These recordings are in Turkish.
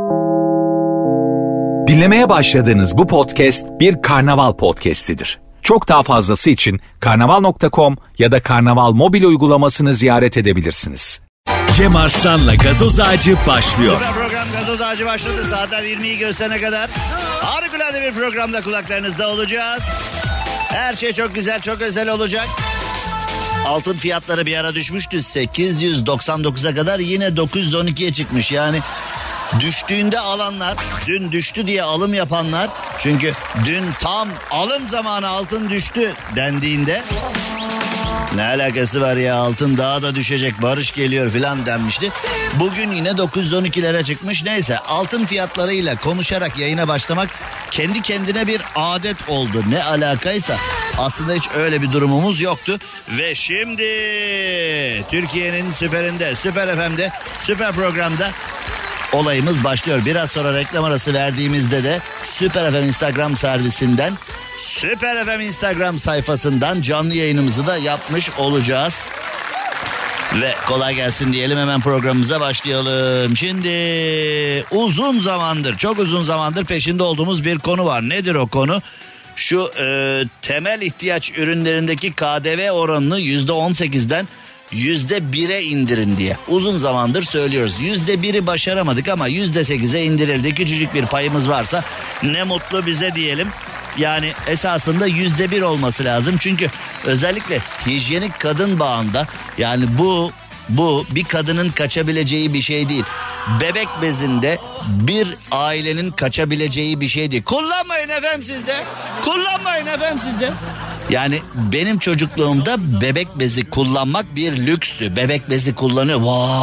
Dinlemeye başladığınız bu podcast bir karnaval podcastidir. Çok daha fazlası için karnaval.com ya da karnaval mobil uygulamasını ziyaret edebilirsiniz. Cem Arslan'la Gazoz Ağacı başlıyor. Süper program Gazoz Ağacı başladı. Saatler 20'yi gösterene kadar harikulade bir programda kulaklarınızda olacağız. Her şey çok güzel, çok özel olacak. Altın fiyatları bir ara düşmüştü. 899'a kadar yine 912'ye çıkmış. Yani düştüğünde alanlar, dün düştü diye alım yapanlar, çünkü dün tam alım zamanı altın düştü dendiğinde ne alakası var ya, altın daha da düşecek, barış geliyor filan denmişti. Bugün yine 912'lere çıkmış. Neyse, altın fiyatlarıyla konuşarak yayına başlamak kendi kendine bir adet oldu. Ne alakaysa aslında hiç öyle bir durumumuz yoktu. Ve şimdi Türkiye'nin süperinde, Süper FM'de, süper programda olayımız başlıyor. Biraz sonra reklam arası verdiğimizde de Süper FM Instagram servisinden, Süper FM Instagram sayfasından canlı yayınımızı da yapmış olacağız. Ve kolay gelsin diyelim, hemen programımıza başlayalım. Şimdi uzun zamandır, çok uzun zamandır peşinde olduğumuz bir konu var. Nedir o konu? Şu temel ihtiyaç ürünlerindeki KDV oranını %18'den %1'e indirin diye uzun zamandır söylüyoruz. %1'i başaramadık ama %8'e indirildi. Küçücük bir payımız varsa ne mutlu bize diyelim. Yani esasında %1 olması lazım. Çünkü özellikle hijyenik kadın bağında, yani bu bir kadının kaçabileceği bir şey değil. Bebek bezinde bir ailenin kaçabileceği bir şey değil. Kullanmayın efendim sizde. Kullanmayın efendim sizde. Yani benim çocukluğumda bebek bezi kullanmak bir lükstü. Bebek bezi kullanıyor.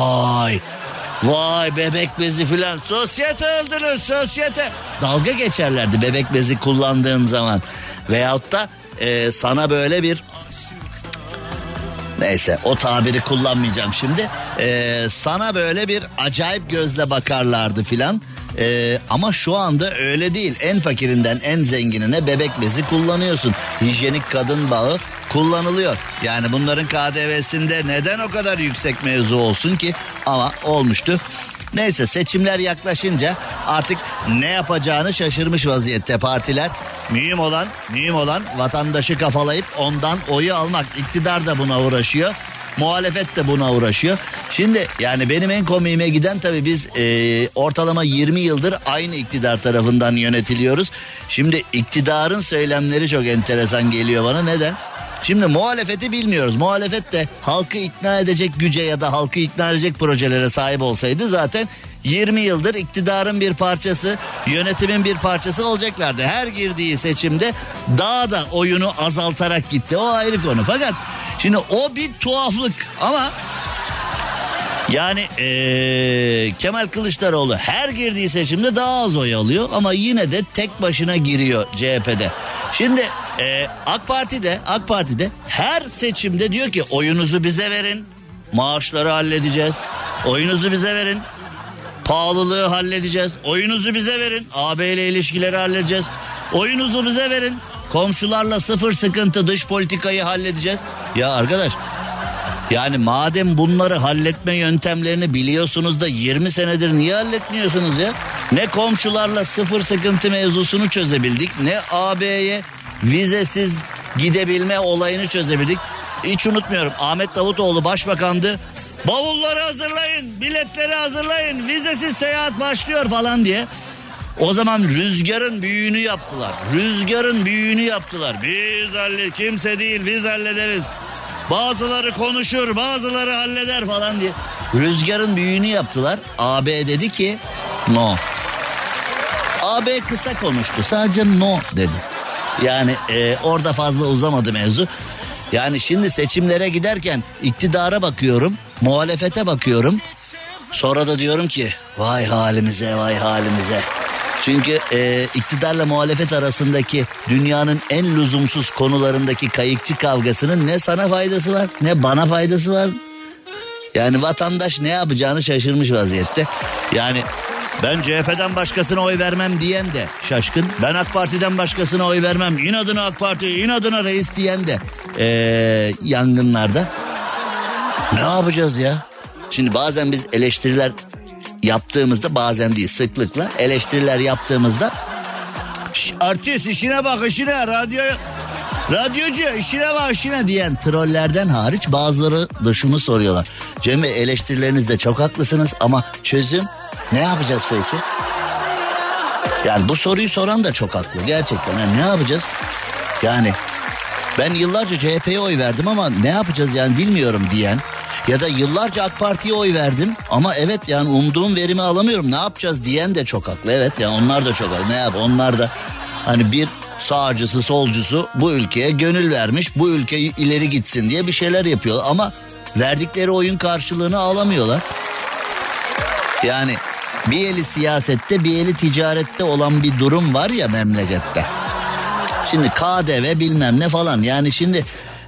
Vay bebek bezi filan. Sosyete öldünüz, sosyete. Dalga geçerlerdi bebek bezi kullandığın zaman. Veyahut da sana böyle bir... Neyse, o tabiri kullanmayacağım şimdi. Sana böyle bir acayip gözle bakarlardı filan. Ama şu anda öyle değil. En fakirinden en zenginine bebek bezi kullanıyorsun. Hijyenik kadın bağı kullanılıyor. Yani bunların KDV'sinde neden o kadar yüksek mevzu olsun ki? Ama olmuştu. Neyse, seçimler yaklaşınca artık ne yapacağını şaşırmış vaziyette partiler. Mühim olan vatandaşı kafalayıp ondan oyu almak. İktidar da buna uğraşıyor. Muhalefet de buna uğraşıyor. Şimdi yani benim en komiğime giden, tabii biz ortalama 20 yıldır aynı iktidar tarafından yönetiliyoruz. Şimdi iktidarın söylemleri çok enteresan geliyor bana. Neden? Şimdi muhalefeti bilmiyoruz. Muhalefet de halkı ikna edecek güce ya da halkı ikna edecek projelere sahip olsaydı zaten 20 yıldır iktidarın bir parçası, yönetimin bir parçası olacaklardı. Her girdiği seçimde daha da oyunu azaltarak gitti. O ayrı konu. Fakat şimdi o bir tuhaflık ama yani Kemal Kılıçdaroğlu her girdiği seçimde daha az oy alıyor ama yine de tek başına giriyor CHP'de. Şimdi AK Parti'de her seçimde diyor ki oyunuzu bize verin, maaşları halledeceğiz. Oyunuzu bize verin, pahalılığı halledeceğiz. Oyunuzu bize verin, AB ile ilişkileri halledeceğiz. Oyunuzu bize verin, komşularla sıfır sıkıntı, dış politikayı halledeceğiz. Ya arkadaş, yani madem bunları halletme yöntemlerini biliyorsunuz da 20 senedir niye halletmiyorsunuz ya? Ne komşularla sıfır sıkıntı mevzusunu çözebildik, ne AB'ye vizesiz gidebilme olayını çözebildik. Hiç unutmuyorum, Ahmet Davutoğlu başbakandı. Bavulları hazırlayın, biletleri hazırlayın, vizesiz seyahat başlıyor falan diye. O zaman rüzgarın büyüğünü yaptılar. Biz kimse değil, biz hallederiz. Bazıları konuşur, bazıları halleder falan diye. Rüzgarın büyüğünü yaptılar. AB dedi ki no. AB kısa konuştu, sadece no dedi. Yani orada fazla uzamadı mevzu. Yani şimdi seçimlere giderken iktidara bakıyorum, muhalefete bakıyorum. Sonra da diyorum ki vay halimize, vay halimize. Çünkü iktidarla muhalefet arasındaki dünyanın en lüzumsuz konularındaki kayıkçı kavgasının ne sana faydası var ne bana faydası var. Yani vatandaş ne yapacağını şaşırmış vaziyette. Yani ben CHP'den başkasına oy vermem diyen de şaşkın. Ben AK Parti'den başkasına oy vermem, İnadına AK Parti, inadına reis diyen de yangınlarda. Ne yapacağız ya? Şimdi bazen biz eleştiriler yaptığımızda, bazen değil sıklıkla eleştiriler yaptığımızda artist işine bak işine, radyocu işine bak işine diyen trollerden hariç bazıları da şunu soruyorlar. Cem Bey, eleştirilerinizde çok haklısınız ama çözüm ne yapacağız peki? Yani bu soruyu soran da çok haklı gerçekten. Yani ne yapacağız? Yani ben yıllarca CHP'ye oy verdim ama ne yapacağız yani bilmiyorum diyen, ya da yıllarca AK Parti'ye oy verdim ama evet yani umduğum verimi alamıyorum, ne yapacağız diyen de çok haklı. Evet yani onlar da çok haklı. Ne yap? Onlar da hani bir sağcısı solcusu bu ülkeye gönül vermiş, bu ülke ileri gitsin diye bir şeyler yapıyor ama verdikleri oyun karşılığını alamıyorlar. Yani bir eli siyasette bir eli ticarette olan bir durum var ya memlekette. Şimdi KDV bilmem ne falan, yani şimdi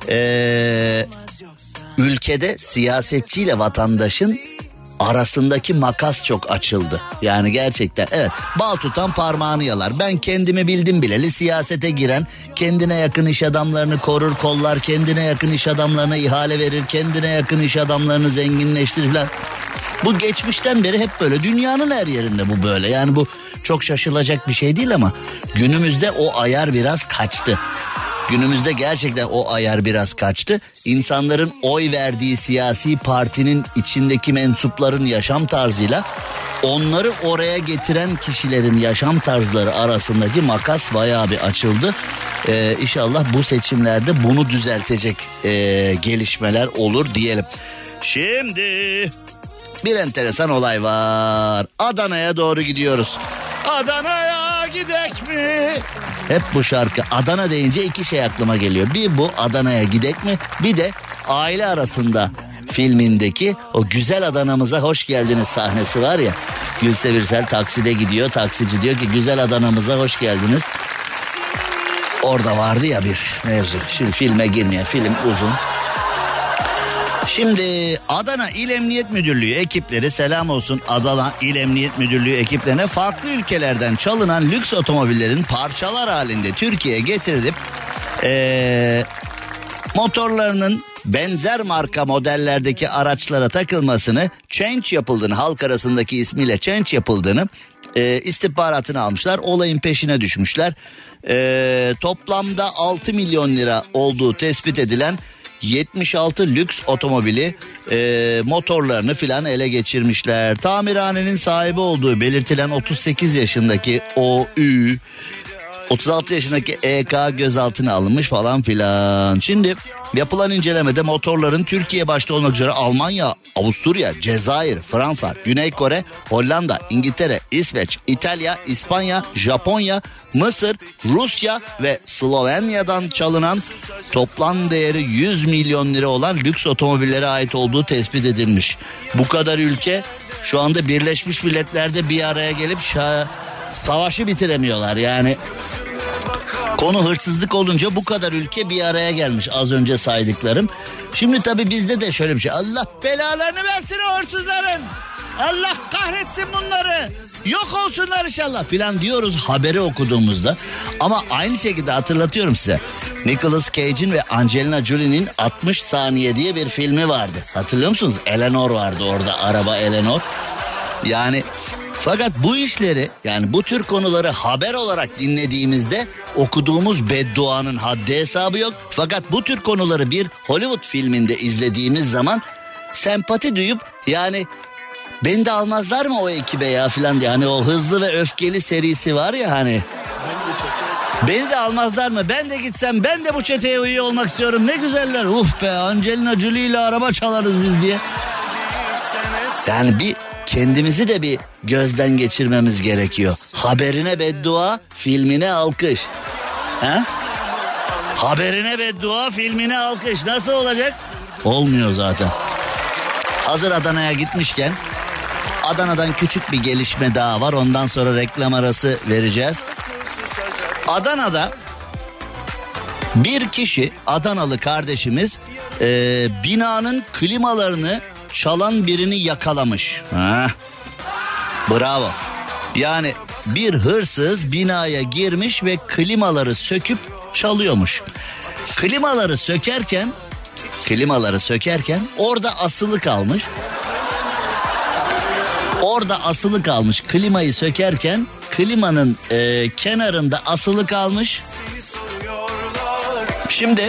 ülkede siyasetçiyle vatandaşın arasındaki makas çok açıldı. Yani gerçekten evet, bal tutan parmağını yalar. Ben kendimi bildim bileli siyasete giren, kendine yakın iş adamlarını korur kollar, kendine yakın iş adamlarına ihale verir, kendine yakın iş adamlarını zenginleştirir falan. Bu geçmişten beri hep böyle, dünyanın her yerinde bu böyle. Yani bu çok şaşılacak bir şey değil ama günümüzde o ayar biraz kaçtı. Günümüzde gerçekten o ayar biraz kaçtı. İnsanların oy verdiği siyasi partinin içindeki mensupların yaşam tarzıyla onları oraya getiren kişilerin yaşam tarzları arasındaki makas bayağı bir açıldı. İnşallah bu seçimlerde bunu düzeltecek gelişmeler olur diyelim. Şimdi bir enteresan olay var. Adana'ya doğru gidiyoruz. Adana'ya gidek mi? Hep bu şarkı. Adana deyince iki şey aklıma geliyor. Bir bu, Adana'ya gidek mi? Bir de Aile Arasında filmindeki o güzel Adana'mıza hoş geldiniz sahnesi var ya. Gülse Birsel takside gidiyor. Taksici diyor ki güzel Adana'mıza hoş geldiniz. Orada vardı ya bir mevzu. Şimdi filme girmeye, film uzun. Şimdi Adana İl Emniyet Müdürlüğü ekipleri, selam olsun Adana İl Emniyet Müdürlüğü ekiplerine, farklı ülkelerden çalınan lüks otomobillerin parçalar halinde Türkiye'ye getirilip motorlarının benzer marka modellerdeki araçlara takılmasını, change yapıldığını, halk arasındaki ismiyle change yapıldığını istihbaratını almışlar. Olayın peşine düşmüşler. Toplamda 6 milyon lira olduğu tespit edilen 76 lüks otomobili motorlarını filan ele geçirmişler. Tamirhanenin sahibi olduğu belirtilen 38 yaşındaki OÜ, 36 yaşındaki EK gözaltına alınmış falan filan. Şimdi yapılan incelemede motorların Türkiye başta olmak üzere Almanya, Avusturya, Cezayir, Fransa, Güney Kore, Hollanda, İngiltere, İsveç, İtalya, İspanya, Japonya, Mısır, Rusya ve Slovenya'dan çalınan toplam değeri 100 milyon lira olan lüks otomobillere ait olduğu tespit edilmiş. Bu kadar ülke şu anda Birleşmiş Milletler'de bir araya gelip savaşı bitiremiyorlar yani. Konu hırsızlık olunca bu kadar ülke bir araya gelmiş, az önce saydıklarım. Şimdi tabii bizde de şöyle bir şey. Allah belalarını versin o hırsızların. Allah kahretsin bunları. Yok olsunlar inşallah filan diyoruz haberi okuduğumuzda. Ama aynı şekilde hatırlatıyorum size. Nicolas Cage'in ve Angelina Jolie'nin 60 Saniye diye bir filmi vardı. Hatırlıyor musunuz? Eleanor vardı orada, araba Eleanor. Yani fakat bu işleri, yani bu tür konuları haber olarak dinlediğimizde okuduğumuz bedduanın haddi hesabı yok. Fakat bu tür konuları bir Hollywood filminde izlediğimiz zaman sempati duyup, yani beni de almazlar mı o ekibe ya filan diye. Hani o Hızlı ve Öfkeli serisi var ya hani. Beni de almazlar mı? Ben de gitsem, ben de bu çeteye üye olmak istiyorum. Ne güzeller. Uf be, Angelina Jolie ile araba çalarız biz diye. Yani bir kendimizi de bir gözden geçirmemiz gerekiyor. Haberine beddua, filmine alkış. Ha? Haberine beddua, filmine alkış. Nasıl olacak? Olmuyor zaten. Hazır Adana'ya gitmişken Adana'dan küçük bir gelişme daha var. Ondan sonra reklam arası vereceğiz. Adana'da bir kişi, Adanalı kardeşimiz binanın klimalarını çalan birini yakalamış. Ha. Bravo. Yani bir hırsız binaya girmiş ve klimaları söküp çalıyormuş. Klimaları sökerken orada asılı kalmış. Orada asılı kalmış, klimayı sökerken klimanın kenarında asılı kalmış. Şimdi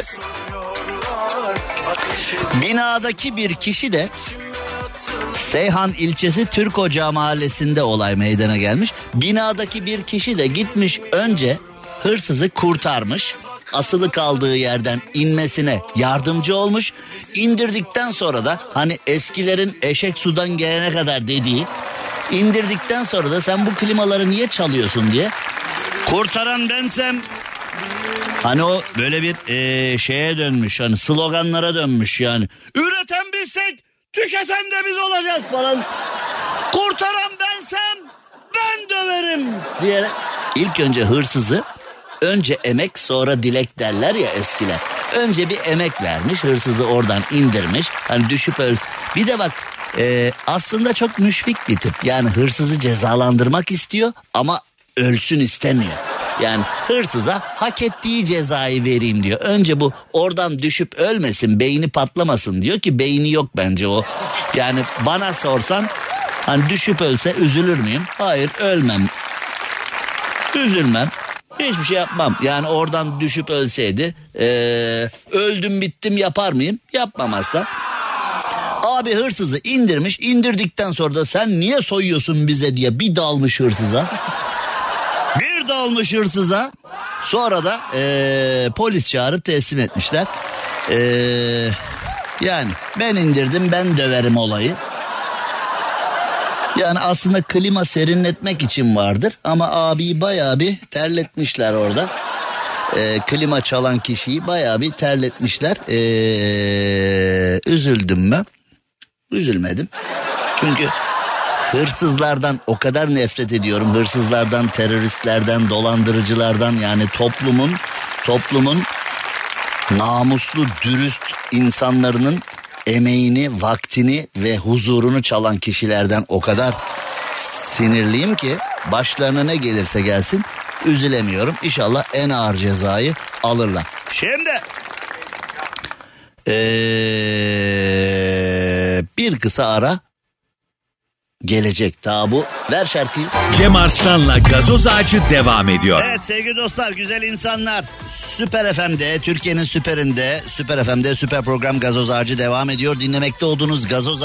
binadaki bir kişi de Seyhan ilçesi Türk Ocağı mahallesinde olay meydana gelmiş. Binadaki bir kişi de gitmiş, önce hırsızı kurtarmış. Asılı kaldığı yerden inmesine yardımcı olmuş. İndirdikten sonra da hani eskilerin eşek sudan gelene kadar dediği, indirdikten sonra da sen bu klimaları niye çalıyorsun diye, kurtaran bensem, hani o böyle bir şeye dönmüş, hani sloganlara dönmüş yani. Üreten bilsek tüketen de biz olacağız falan. Kurtaran bensem ben döverim diyerek ilk önce hırsızı, önce emek sonra dilek derler ya eskiler. Önce bir emek vermiş, hırsızı oradan indirmiş. Hani düşüp bir de bak aslında çok müşfik bir tip. Yani hırsızı cezalandırmak istiyor ama ölsün istemiyor. Yani hırsıza hak ettiği cezayı vereyim diyor. Önce bu oradan düşüp ölmesin, beyni patlamasın diyor ki beyni yok bence o. Yani bana sorsan hani düşüp ölse üzülür müyüm? Hayır, ölmem. Üzülmem. Hiçbir şey yapmam. Yani oradan düşüp ölseydi öldüm bittim yapar mıyım? Yapmam asla. Abi hırsızı indirmiş. İndirdikten sonra da sen niye soyuyorsun bize diye bir dalmış hırsıza. Bir dalmış hırsıza. Sonra da polis çağırıp teslim etmişler. Yani ben indirdim ben döverim olayı. Yani aslında klima serinletmek için vardır. Ama abiyi bayağı bir terletmişler orada. Klima çalan kişiyi bayağı bir terletmişler. Üzüldüm mü? Üzülmedim. Çünkü hırsızlardan o kadar nefret ediyorum. Hırsızlardan, teröristlerden, dolandırıcılardan, yani toplumun namuslu, dürüst insanların emeğini, vaktini ve huzurunu çalan kişilerden o kadar sinirliyim ki başlarına ne gelirse gelsin üzülemiyorum. İnşallah en ağır cezayı alırlar. Şimdi bir kısa ara gelecek. Daha bu. Ver şarkıyı. Cem Arslan'la Gazoz Ağacı devam ediyor. Evet sevgili dostlar, güzel insanlar. Süper FM'de, Türkiye'nin süperinde, Süper FM'de süper program Gazoz Ağacı devam ediyor. Dinlemekte olduğunuz Gazoz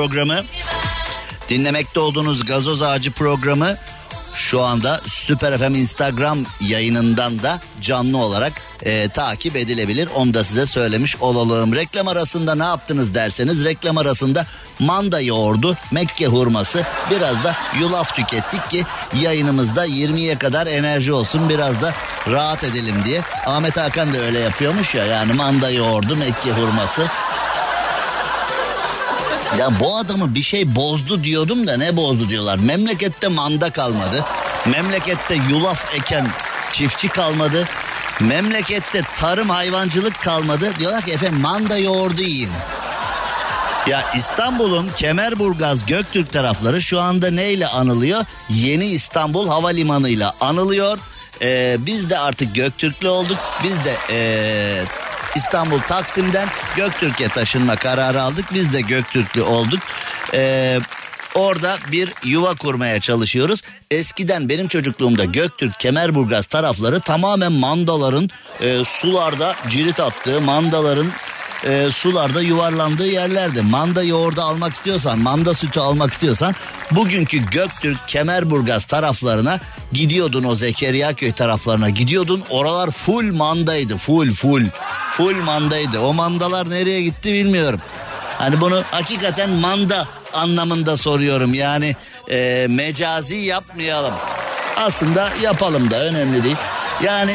Ağacı programı şu anda Süper FM Instagram yayınından da canlı olarak takip edilebilir. Onu da size söylemiş olalım. Reklam arasında ne yaptınız derseniz, reklam arasında manda yoğurdu, Mekke hurması, biraz da yulaf tükettik ki yayınımızda 20'ye kadar enerji olsun, biraz da rahat edelim diye. Ahmet Hakan da öyle yapıyormuş ya, yani manda yoğurdu, Mekke hurması. Ya bu adamı bir şey bozdu diyordum da ne bozdu diyorlar. Memlekette manda kalmadı. Memlekette yulaf eken çiftçi kalmadı. Memlekette tarım hayvancılık kalmadı. Diyorlar ki efendim manda yoğurdu yiyin. Ya İstanbul'un Kemerburgaz, Göktürk tarafları şu anda neyle anılıyor? Yeni İstanbul Havalimanı'yla anılıyor. Biz de artık Göktürklü olduk. Biz de İstanbul Taksim'den Göktürk'e taşınma kararı aldık. Biz de Göktürklü olduk. Orada bir yuva kurmaya çalışıyoruz. Eskiden benim çocukluğumda Göktürk, Kemerburgaz tarafları tamamen mandaların sularda cirit attığı, mandaların sularda yuvarlandığı yerlerdi. Manda yoğurdu almak istiyorsan, manda sütü almak istiyorsan bugünkü Göktürk, Kemerburgaz taraflarına gidiyordun, o Zekeriyaköy taraflarına gidiyordun. Oralar full mandaydı, full mandaydı. O mandalar nereye gitti bilmiyorum. Hani bunu hakikaten manda anlamında soruyorum. Yani mecazi yapmayalım. Aslında yapalım da önemli değil. Yani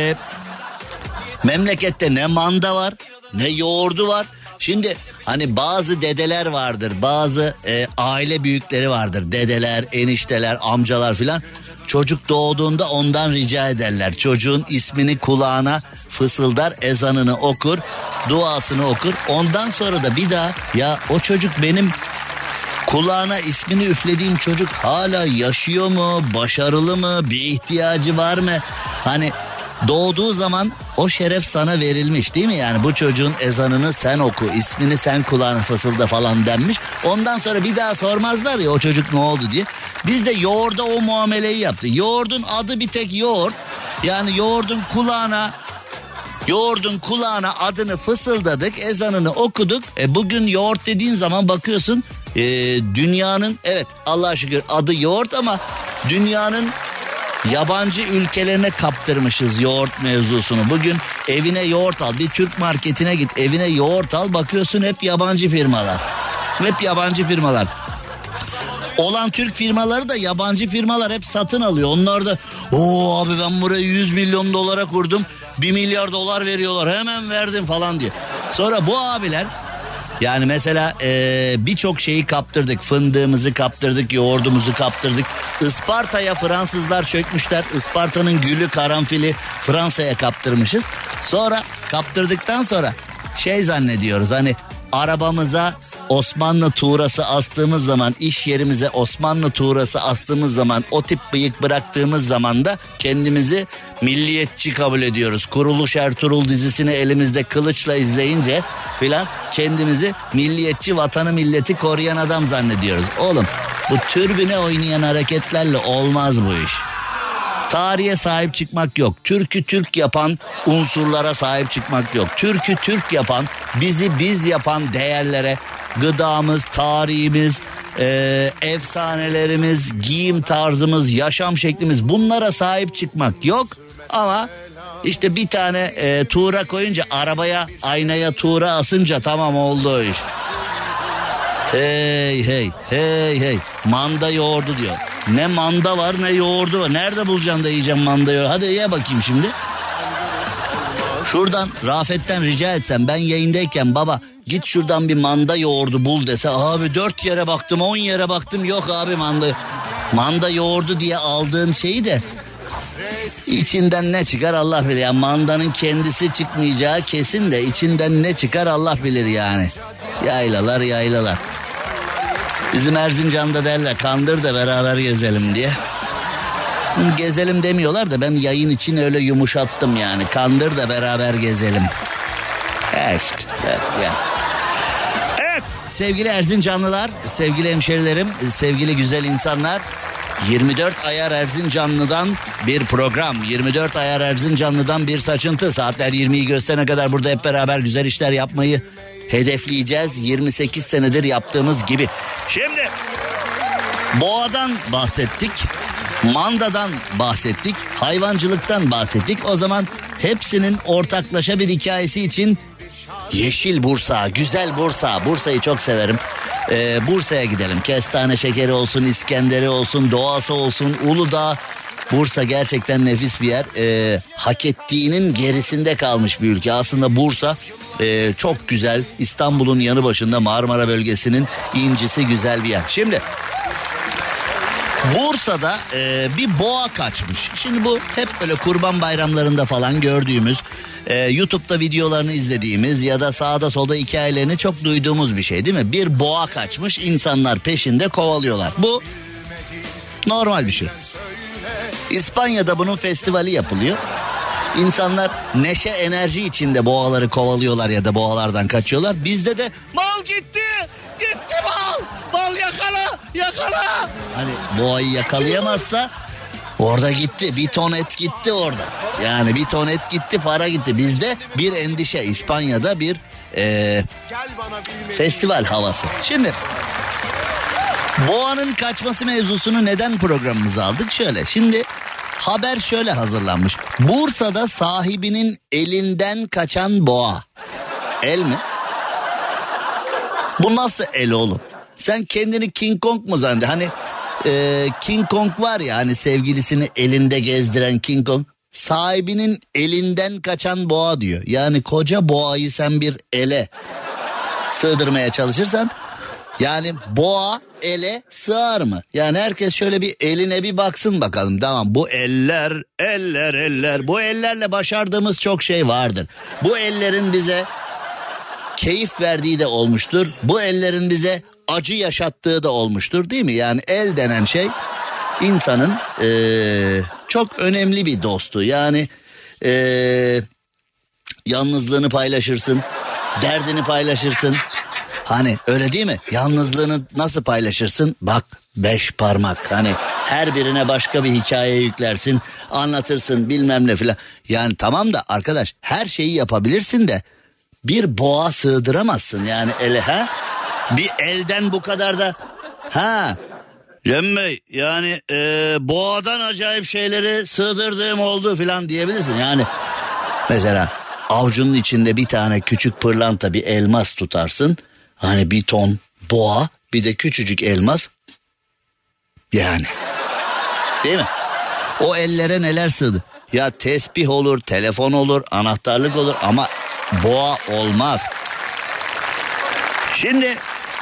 memlekette ne manda var ne yoğurdu var. Şimdi hani bazı dedeler vardır, bazı aile büyükleri vardır. Dedeler, enişteler, amcalar filan. Çocuk doğduğunda ondan rica ederler. Çocuğun ismini kulağına fısıldar, ezanını okur, duasını okur. Ondan sonra da bir daha ya o çocuk benim kulağına ismini üflediğim çocuk hala yaşıyor mu, başarılı mı, bir ihtiyacı var mı? Hani Doğduğu zaman o şeref sana verilmiş değil mi? Yani bu çocuğun ezanını sen oku, ismini sen kulağına fısılda falan denmiş. Ondan sonra bir daha sormazlar ya o çocuk ne oldu diye. Biz de yoğurda o muameleyi yaptık. Yoğurdun adı bir tek yoğurt. Yani yoğurdun kulağına adını fısıldadık, ezanını okuduk. Bugün yoğurt dediğin zaman bakıyorsun dünyanın, evet Allah'a şükür adı yoğurt ama dünyanın yabancı ülkelerine kaptırmışız yoğurt mevzusunu. Bugün evine yoğurt al, bir Türk marketine git, evine yoğurt al, bakıyorsun hep yabancı firmalar. Hep yabancı firmalar. Olan Türk firmaları da yabancı firmalar hep satın alıyor. Onlar da abi ben burayı 100 milyon dolara kurdum, 1 milyar dolar veriyorlar, hemen verdim falan diye. Sonra bu abiler yani mesela birçok şeyi kaptırdık. Fındığımızı kaptırdık, yoğurdumuzu kaptırdık. Isparta'ya Fransızlar çökmüşler. Isparta'nın gülü, karanfili Fransa'ya kaptırmışız. Sonra kaptırdıktan sonra zannediyoruz hani arabamıza Osmanlı tuğrası astığımız zaman, iş yerimize Osmanlı tuğrası astığımız zaman, o tip bıyık bıraktığımız zaman da kendimizi milliyetçi kabul ediyoruz. Kuruluş Ertuğrul dizisini elimizde kılıçla izleyince filan kendimizi milliyetçi, vatanı milleti koruyan adam zannediyoruz. Oğlum bu türbüne oynayan hareketlerle olmaz bu iş. Tarihe sahip çıkmak yok. Türk'ü Türk yapan unsurlara sahip çıkmak yok. Türk'ü Türk yapan, bizi biz yapan değerlere, gıdamız, tarihimiz, efsanelerimiz, giyim tarzımız, yaşam şeklimiz, bunlara sahip çıkmak yok. Ama işte bir tane tuğra koyunca, arabaya, aynaya tuğra asınca tamam oldu o iş. Hey manda yoğurdu diyor. Ne manda var ne yoğurdu var. Nerede bulacaksın da yiyeceğim manda yoğurdu? Hadi ye bakayım şimdi. Şuradan Rafet'ten rica etsem, ben yayındayken baba git şuradan bir manda yoğurdu bul dese, abi 4 yere baktım 10 yere baktım, yok abi manda yoğurdu diye aldığın şeyi de içinden ne çıkar Allah bilir. Yani mandanın kendisi çıkmayacağı kesin de içinden ne çıkar Allah bilir yani. Yaylalar. Bizim Erzincan'da derler kandır da beraber gezelim diye. Gezelim demiyorlar da ben yayın için öyle yumuşattım yani. Kandır da beraber gezelim. Evet. Evet sevgili Erzincanlılar, sevgili hemşerilerim, sevgili güzel insanlar. 24 Ayar Erzincanlı'dan bir program, 24 Ayar Erzincanlı'dan bir saçıntı. Saatler 20'yi gösterene kadar burada hep beraber güzel işler yapmayı hedefleyeceğiz. 28 senedir yaptığımız gibi. Şimdi boğadan bahsettik, mandadan bahsettik, hayvancılıktan bahsettik. O zaman hepsinin ortaklaşa bir hikayesi için yeşil Bursa, güzel Bursa. Bursa'yı çok severim. Bursa'ya gidelim. Kestane şekeri olsun, İskender'i olsun, doğası olsun, Uludağ. Bursa gerçekten nefis bir yer. Hak ettiğinin gerisinde kalmış bir ülke. Aslında Bursa çok güzel. İstanbul'un yanı başında, Marmara bölgesinin incisi, güzel bir yer. Şimdi Bursa'da bir boğa kaçmış. Şimdi bu hep böyle kurban bayramlarında falan gördüğümüz, YouTube'da videolarını izlediğimiz ya da sağda solda hikayelerini çok duyduğumuz bir şey değil mi? Bir boğa kaçmış, insanlar peşinde kovalıyorlar. Bu normal bir şey. İspanya'da bunun festivali yapılıyor. İnsanlar neşe, enerji içinde boğaları kovalıyorlar ya da boğalardan kaçıyorlar. Bizde de mal gitti mal yakala. Hani boğayı yakalayamazsa orada gitti, bir ton et gitti orada. Yani bir ton et gitti, para gitti. Bizde bir endişe, İspanya'da bir festival havası. Şimdi boğanın kaçması mevzusunu neden programımıza aldık? Şöyle, şimdi haber şöyle hazırlanmış. Bursa'da sahibinin elinden kaçan boğa. El mi? Bu nasıl el oğlum? Sen kendini King Kong mu zannediyorsun? Hani King Kong var ya, hani sevgilisini elinde gezdiren King Kong. Sahibinin elinden kaçan boğa diyor. Yani koca boğayı sen bir ele sığdırmaya çalışırsan, yani boğa ele sığar mı? Yani herkes şöyle bir eline bir baksın bakalım. Tamam, bu eller. Bu ellerle başardığımız çok şey vardır. Bu ellerin bize keyif verdiği de olmuştur. Bu ellerin bize acı yaşattığı da olmuştur değil mi? Yani el denen şey insanın çok önemli bir dostu. Yani yalnızlığını paylaşırsın, derdini paylaşırsın. Hani öyle değil mi? Yalnızlığını nasıl paylaşırsın? Bak 5 parmak, hani her birine başka bir hikaye yüklersin, anlatırsın bilmem ne filan. Yani tamam da arkadaş, her şeyi yapabilirsin de bir boğa sığdıramazsın yani ele, ha? Bir elden bu kadar da Cem Bey yani boğadan acayip şeyleri sığdırdığım oldu filan diyebilirsin. Yani mesela avucunun içinde bir tane küçük pırlanta, bir elmas tutarsın. Hani bir ton boğa, bir de küçücük elmas. Yani değil mi? O ellere neler sığdı? Ya tesbih olur, telefon olur, anahtarlık olur ama boğa olmaz. Şimdi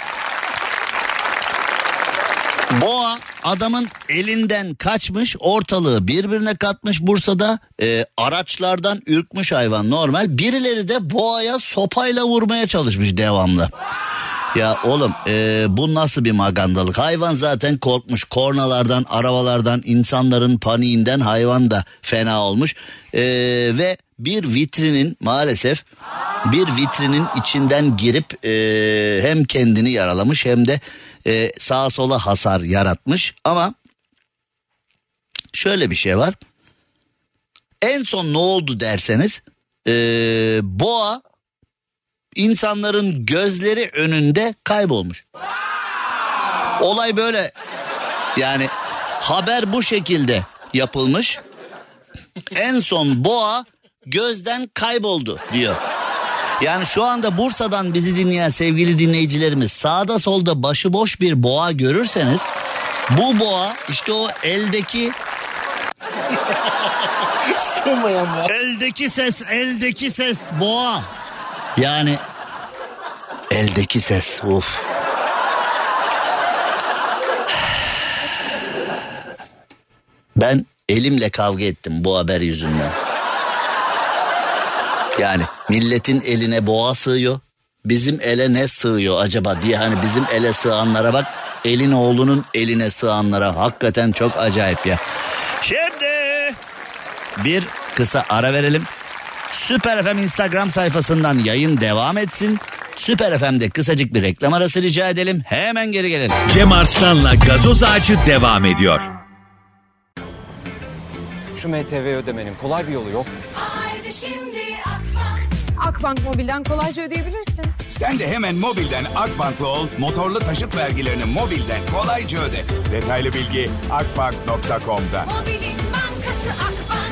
boğa adamın elinden kaçmış, ortalığı birbirine katmış Bursa'da. Araçlardan ürkmüş hayvan normal. Birileri de boğaya sopayla vurmaya çalışmış devamlı. Ya oğlum bu nasıl bir magandalık? Hayvan zaten korkmuş. Kornalardan, arabalardan, insanların paniğinden hayvan da fena olmuş. Ve bir vitrinin, maalesef bir vitrinin içinden girip hem kendini yaralamış hem de sağa sola hasar yaratmış. Ama şöyle bir şey var. En son ne oldu derseniz boğa insanların gözleri önünde kaybolmuş. Olay böyle. Yani haber bu şekilde yapılmış. En son boğa gözden kayboldu diyor. Yani şu anda Bursa'dan bizi dinleyen sevgili dinleyicilerimiz, sağda solda başıboş bir boğa görürseniz, bu boğa işte o eldeki eldeki ses boğa. Yani eldeki ses. Ben elimle kavga ettim bu haber yüzünden. Yani milletin eline boğa sığıyor, bizim ele ne sığıyor acaba diye, hani bizim ele sığanlara bak, elin oğlunun eline sığanlara, hakikaten çok acayip ya. Şimdi bir kısa ara verelim. Süper FM Instagram sayfasından yayın devam etsin. Süper FM'de kısacık bir reklam arası rica edelim. Hemen geri gelelim. Cem Arslan'la Gazoz Ağacı devam ediyor. Şu MTV ödemenin kolay bir yolu yok. Haydi şimdi Akbank Mobil'den kolayca ödeyebilirsin. Sen de hemen mobilden Akbank'la ol, motorlu taşıt vergilerini mobilden kolayca öde. Detaylı bilgi akbank.com'da. Mobilin bankası Akbank.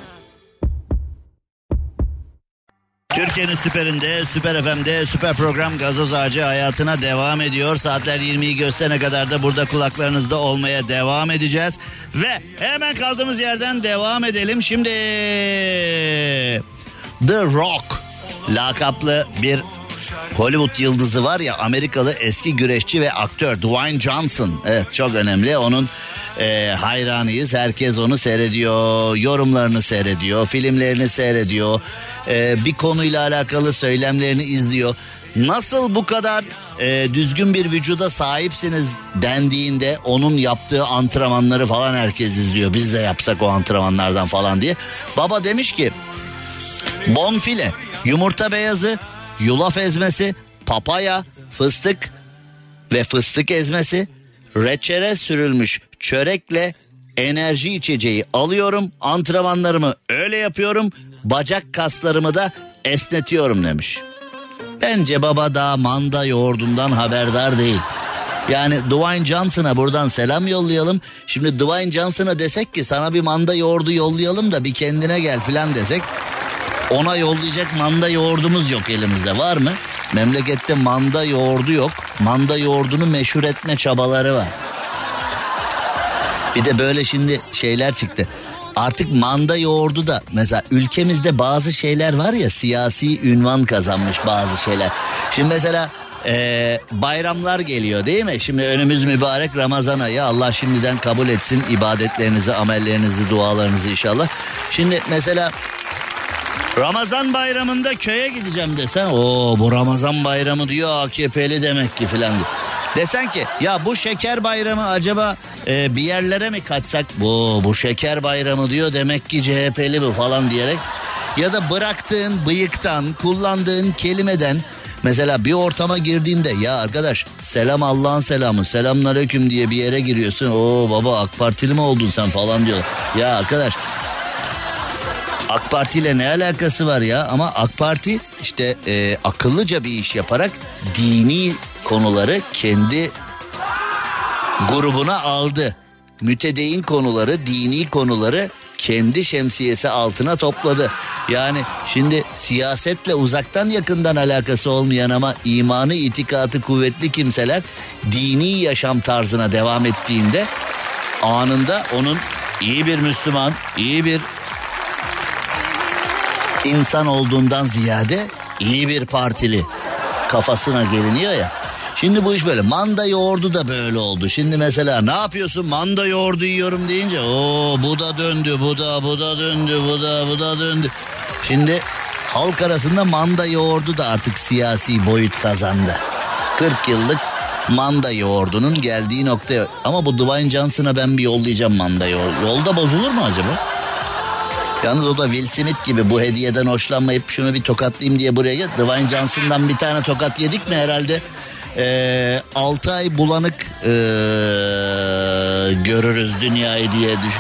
Türkiye'nin süperinde, Süper FM'de süper program Gazoz Ağacı hayatına devam ediyor. Saatler 20'yi gösterene kadar da burada kulaklarınızda olmaya devam edeceğiz. Ve hemen kaldığımız yerden devam edelim. Şimdi The Rock lakaplı bir Hollywood yıldızı var ya, Amerikalı eski güreşçi ve aktör Dwayne Johnson. Evet, çok önemli. Onun hayranıyız. Herkes onu seyrediyor, yorumlarını seyrediyor, filmlerini seyrediyor, bir konuyla alakalı söylemlerini izliyor. Nasıl bu kadar düzgün bir vücuda sahipsiniz dendiğinde onun yaptığı antrenmanları falan herkes izliyor. Biz de yapsak o antrenmanlardan falan diye. Baba demiş ki bonfile, yumurta beyazı, yulaf ezmesi, papaya, fıstık ve fıstık ezmesi, reçele sürülmüş çörekle enerji içeceği alıyorum. Antrenmanlarımı öyle yapıyorum. Bacak kaslarımı da esnetiyorum demiş. Bence baba daha manda yoğurdundan haberdar değil. Yani Dwayne Johnson'a buradan selam yollayalım. Şimdi Dwayne Johnson'a desek ki sana bir manda yoğurdu yollayalım da bir kendine gel filan desek, ona yollayacak manda yoğurdumuz yok elimizde. Var mı? Memlekette manda yoğurdu yok. Manda yoğurdunu meşhur etme çabaları var. Bir de böyle şimdi şeyler çıktı. Artık manda yoğurdu da mesela ülkemizde bazı şeyler var ya, siyasi ünvan kazanmış bazı şeyler. Şimdi mesela bayramlar geliyor değil mi? Şimdi önümüz mübarek Ramazan ayı. Allah şimdiden kabul etsin ibadetlerinizi, amellerinizi, dualarınızı inşallah. Şimdi mesela Ramazan bayramında köye gideceğim desen, bu Ramazan bayramı diyor AKP'li demek ki filan diyor. Desen ki ya bu şeker bayramı acaba bir yerlere mi kaçsak, bu şeker bayramı diyor demek ki CHP'li bu falan diyerek Ya da bıraktığın bıyıktan, kullandığın kelimeden, mesela bir ortama girdiğinde ya arkadaş selam Allah'ın selamı, selamünaleyküm diye bir yere giriyorsun. Oo baba AK Partili mi oldun sen falan diyor. Ya arkadaş AK Parti ile ne alakası var ya? Ama AK Parti işte akıllıca bir iş yaparak dini konuları kendi grubuna aldı. Mütedeyyin konuları, dini konuları kendi şemsiyesi altına topladı. Yani şimdi siyasetle uzaktan yakından alakası olmayan ama imanı, itikatı kuvvetli kimseler dini yaşam tarzına devam ettiğinde anında onun iyi bir Müslüman, iyi bir insan olduğundan ziyade iyi bir partili kafasına geliniyor ya. Şimdi bu iş böyle. Manda yoğurdu da böyle oldu. Şimdi mesela ne yapıyorsun? Manda yoğurdu yiyorum deyince bu da döndü, bu da döndü, bu da döndü. Şimdi halk arasında manda yoğurdu da artık siyasi boyut kazandı. 40 yıllık manda yoğurdunun geldiği noktaya. Ama bu Dwayne Johnson'a ben bir yollayacağım manda yoğurdu. Yolda bozulur mu acaba? Yalnız o da Will Smith gibi bu hediyeden hoşlanmayıp şunu bir tokatlayayım diye buraya gel. Dwayne Johnson'dan bir tane tokat yedik mi herhalde? 6 ay bulanık görürüz dünyayı diye düşün.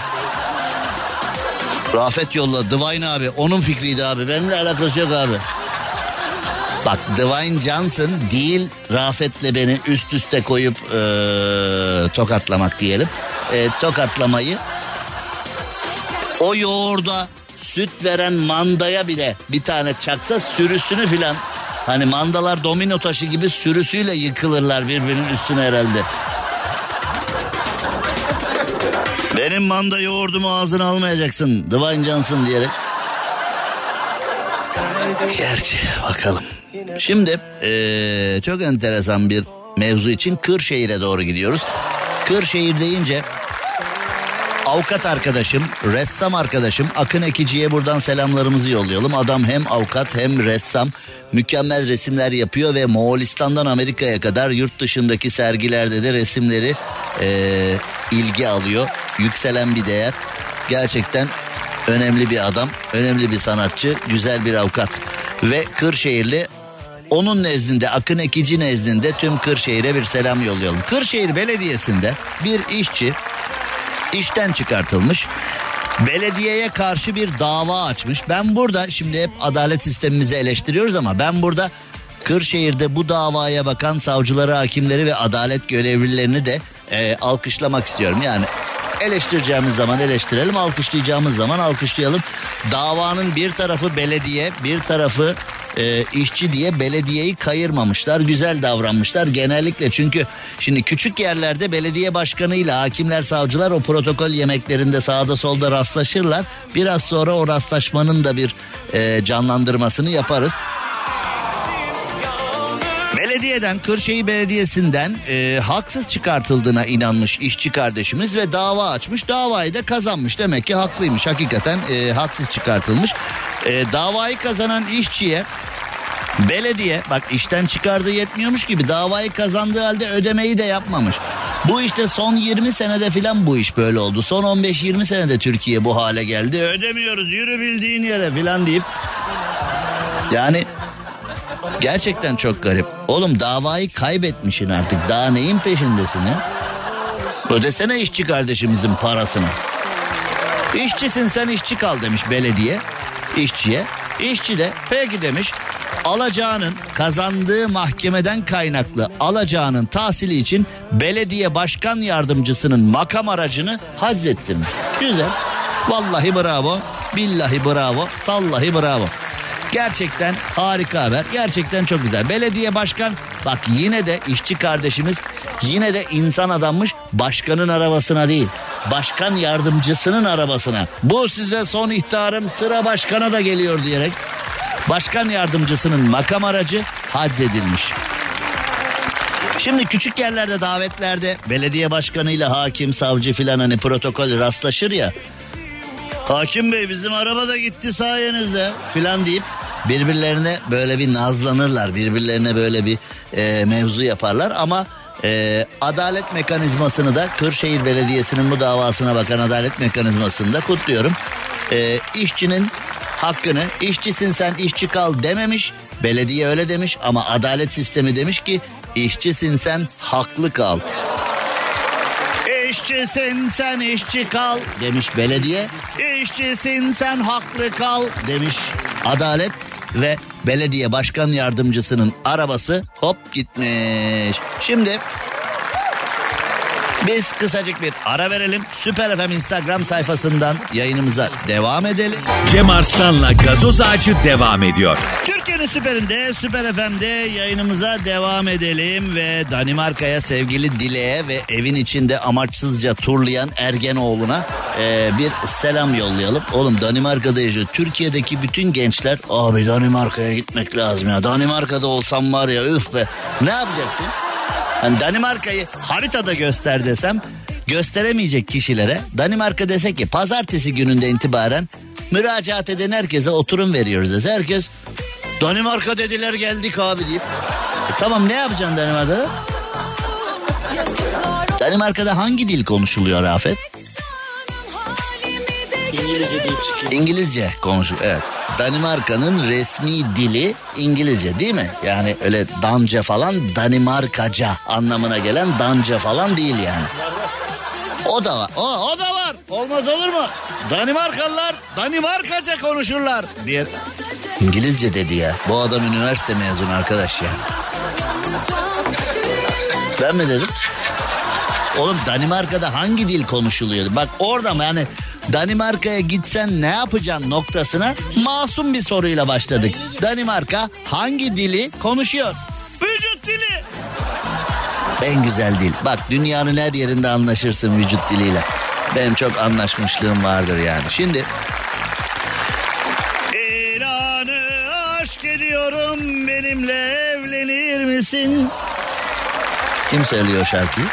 Rafet yolladı. Dwayne abi onun fikriydi abi. Benimle alakası yok abi. Bak Dwayne Johnson değil Rafet'le beni üst üste koyup tokatlamak diyelim. Tokatlamayı o yoğurda süt veren mandaya bile bir tane çaksa sürüsünü filan. Hani mandalar domino taşı gibi sürüsüyle yıkılırlar birbirinin üstüne herhalde. Benim manda yoğurdumu ağzına almayacaksın Dwayne Johnson diyerek. Gerçi bakalım. Şimdi çok enteresan bir mevzu için Kırşehir'e doğru gidiyoruz. Kırşehir deyince avukat arkadaşım, ressam arkadaşım Akın Ekici'ye buradan selamlarımızı yollayalım. Adam hem avukat hem ressam, mükemmel resimler yapıyor ve Moğolistan'dan Amerika'ya kadar yurt dışındaki sergilerde de resimleri ilgi alıyor. Yükselen bir değer. Gerçekten önemli bir adam, önemli bir sanatçı, güzel bir avukat. Ve Kırşehirli, onun nezdinde, Akın Ekici nezdinde tüm Kırşehir'e bir selam yollayalım. Kırşehir Belediyesi'nde bir işçi işten çıkartılmış. Belediyeye karşı bir dava açmış. Ben burada şimdi hep adalet sistemimizi eleştiriyoruz ama ben burada Kırşehir'de bu davaya bakan savcıları, hakimleri ve adalet görevlilerini de alkışlamak istiyorum. Yani eleştireceğimiz zaman eleştirelim, alkışlayacağımız zaman alkışlayalım. Davanın bir tarafı belediye, bir tarafı işçi diye belediyeyi kayırmamışlar, güzel davranmışlar genellikle. Çünkü şimdi küçük yerlerde belediye başkanıyla hakimler, savcılar o protokol yemeklerinde sağda solda rastlaşırlar. Biraz sonra o rastlaşmanın da bir canlandırmasını yaparız. Belediyeden, Kırşehir Belediyesi'nden haksız çıkartıldığına inanmış işçi kardeşimiz ve dava açmış. Davayı da kazanmış. Demek ki haklıymış. Hakikaten haksız çıkartılmış. Davayı kazanan işçiye belediye, bak işten çıkardığı yetmiyormuş gibi davayı kazandığı halde ödemeyi de yapmamış. Bu işte son 20 senede filan bu iş böyle oldu. Son 15-20 senede Türkiye bu hale geldi. Ödemiyoruz, yürü bildiğin yere filan deyip. Yani gerçekten çok garip. Oğlum davayı kaybetmişsin artık. Daha neyin peşindesin ya? Ödesene işçi kardeşimizin parasını. İşçisin sen, işçi kal demiş belediye işçiye. İşçi de peki demiş. Alacağının, kazandığı mahkemeden kaynaklı alacağının tahsili için belediye başkan yardımcısının makam aracını hazzettirmiş. Güzel. Vallahi bravo. Billahi bravo. Tallahi bravo. Gerçekten harika haber. Gerçekten çok güzel. Belediye başkan, bak yine de işçi kardeşimiz yine de insan adammış. Başkanın arabasına değil, başkan yardımcısının arabasına. Bu size son ihtarım, sıra başkana da geliyor diyerek başkan yardımcısının makam aracı haczedilmiş. Şimdi küçük yerlerde, davetlerde belediye başkanıyla hakim, savcı filan hani protokol rastlaşır ya. Hakim bey bizim araba da gitti sayenizde filan deyip birbirlerine böyle bir nazlanırlar. Birbirlerine böyle bir mevzu yaparlar ama adalet mekanizmasını da, Kırşehir Belediyesi'nin bu davasına bakan adalet mekanizmasını da kutluyorum. İşçinin hakkını, işçisin sen işçi kal dememiş. Belediye öyle demiş ama adalet sistemi demiş ki işçisin sen haklı kal. İşçisin sen işçi kal demiş belediye. İşçisin sen haklı kal demiş adalet ve belediye başkan yardımcısının arabası hop gitmiş. Şimdi biz kısacık bir ara verelim. Süper FM Instagram sayfasından yayınımıza devam edelim. Cem Arslan'la Gazoz Ağacı devam ediyor. Türkiye'nin süperinde, Süper FM'de yayınımıza devam edelim ve Danimarka'ya sevgili Dile'ye ve evin içinde amaçsızca turlayan Ergenoğlu'na bir selam yollayalım. Oğlum Danimarka'da yaşıyor. Türkiye'deki bütün gençler abi Danimarka'ya gitmek lazım ya. Danimarka'da olsam var ya üf be. Ne yapacaksın? Hani Danimarka'yı haritada göster desem gösteremeyecek kişilere Danimarka dese ki pazartesi gününden itibaren müracaat eden herkese oturum veriyoruz dese herkes Danimarka dediler geldik abi deyip tamam ne yapacaksın Danimarka'da? Danimarka'da hangi dil konuşuluyor Afet? İngilizce deyip çıkıyor. İngilizce konuşuluyor evet. Danimarka'nın resmi dili İngilizce değil mi? Yani öyle Danca falan Danimarkaca anlamına gelen Danca falan değil yani. O da var. O da var. Olmaz olur mu? Danimarkalılar Danimarkaca konuşurlar diye. İngilizce dedi ya. Bu adam üniversite mezunu arkadaş ya. Ben mi dedim? Oğlum Danimarka'da hangi dil konuşuluyor? Bak orada mı yani Danimarka'ya gitsen ne yapacaksın noktasına masum bir soruyla başladık. Danimarka hangi dili konuşuyor? Vücut dili. En güzel dil. Bak dünyanın her yerinde anlaşırsın vücut diliyle. Benim çok anlaşmışlığım vardır yani. Şimdi İlanı aşk ediyorum benimle evlenir misin? Kim söylüyor şarkıyı?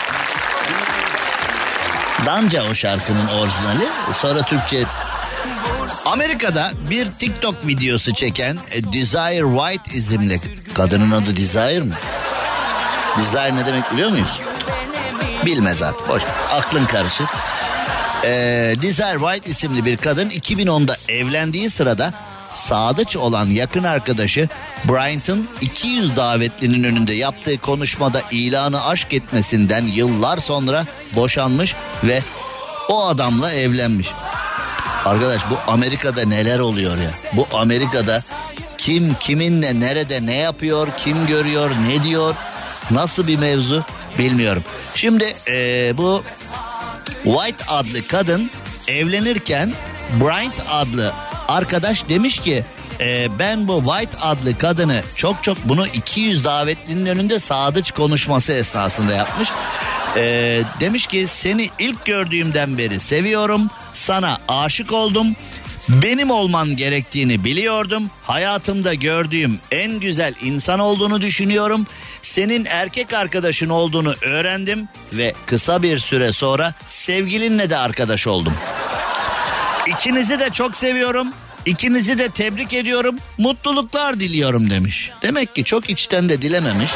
Danca o şarkının orijinali. Sonra Türkçe. Amerika'da bir TikTok videosu çeken Desire White isimli kadının adı Desire mi? Desire ne demek biliyor muyuz? Bilmez zaten. Boş. Aklın karışır. Desire White isimli bir kadın 2010'da evlendiği sırada sadıç olan yakın arkadaşı Bryant'ın 200 davetlinin önünde yaptığı konuşmada ilanı aşk etmesinden yıllar sonra boşanmış ve o adamla evlenmiş. Arkadaş bu Amerika'da neler oluyor ya? Bu Amerika'da kim kiminle nerede ne yapıyor, kim görüyor, ne diyor, nasıl bir mevzu bilmiyorum. Şimdi bu White adlı kadın evlenirken Bryant adlı arkadaş demiş ki ben bu White adlı kadını çok bunu 200 davetlinin önünde sadıç konuşması esnasında yapmış. Demiş ki seni ilk gördüğümden beri seviyorum, sana aşık oldum, benim olman gerektiğini biliyordum, hayatımda gördüğüm en güzel insan olduğunu düşünüyorum, senin erkek arkadaşın olduğunu öğrendim ve kısa bir süre sonra sevgilinle de arkadaş oldum. İkinizi de çok seviyorum. İkinizi de tebrik ediyorum. Mutluluklar diliyorum demiş. Demek ki çok içten de dilememiş.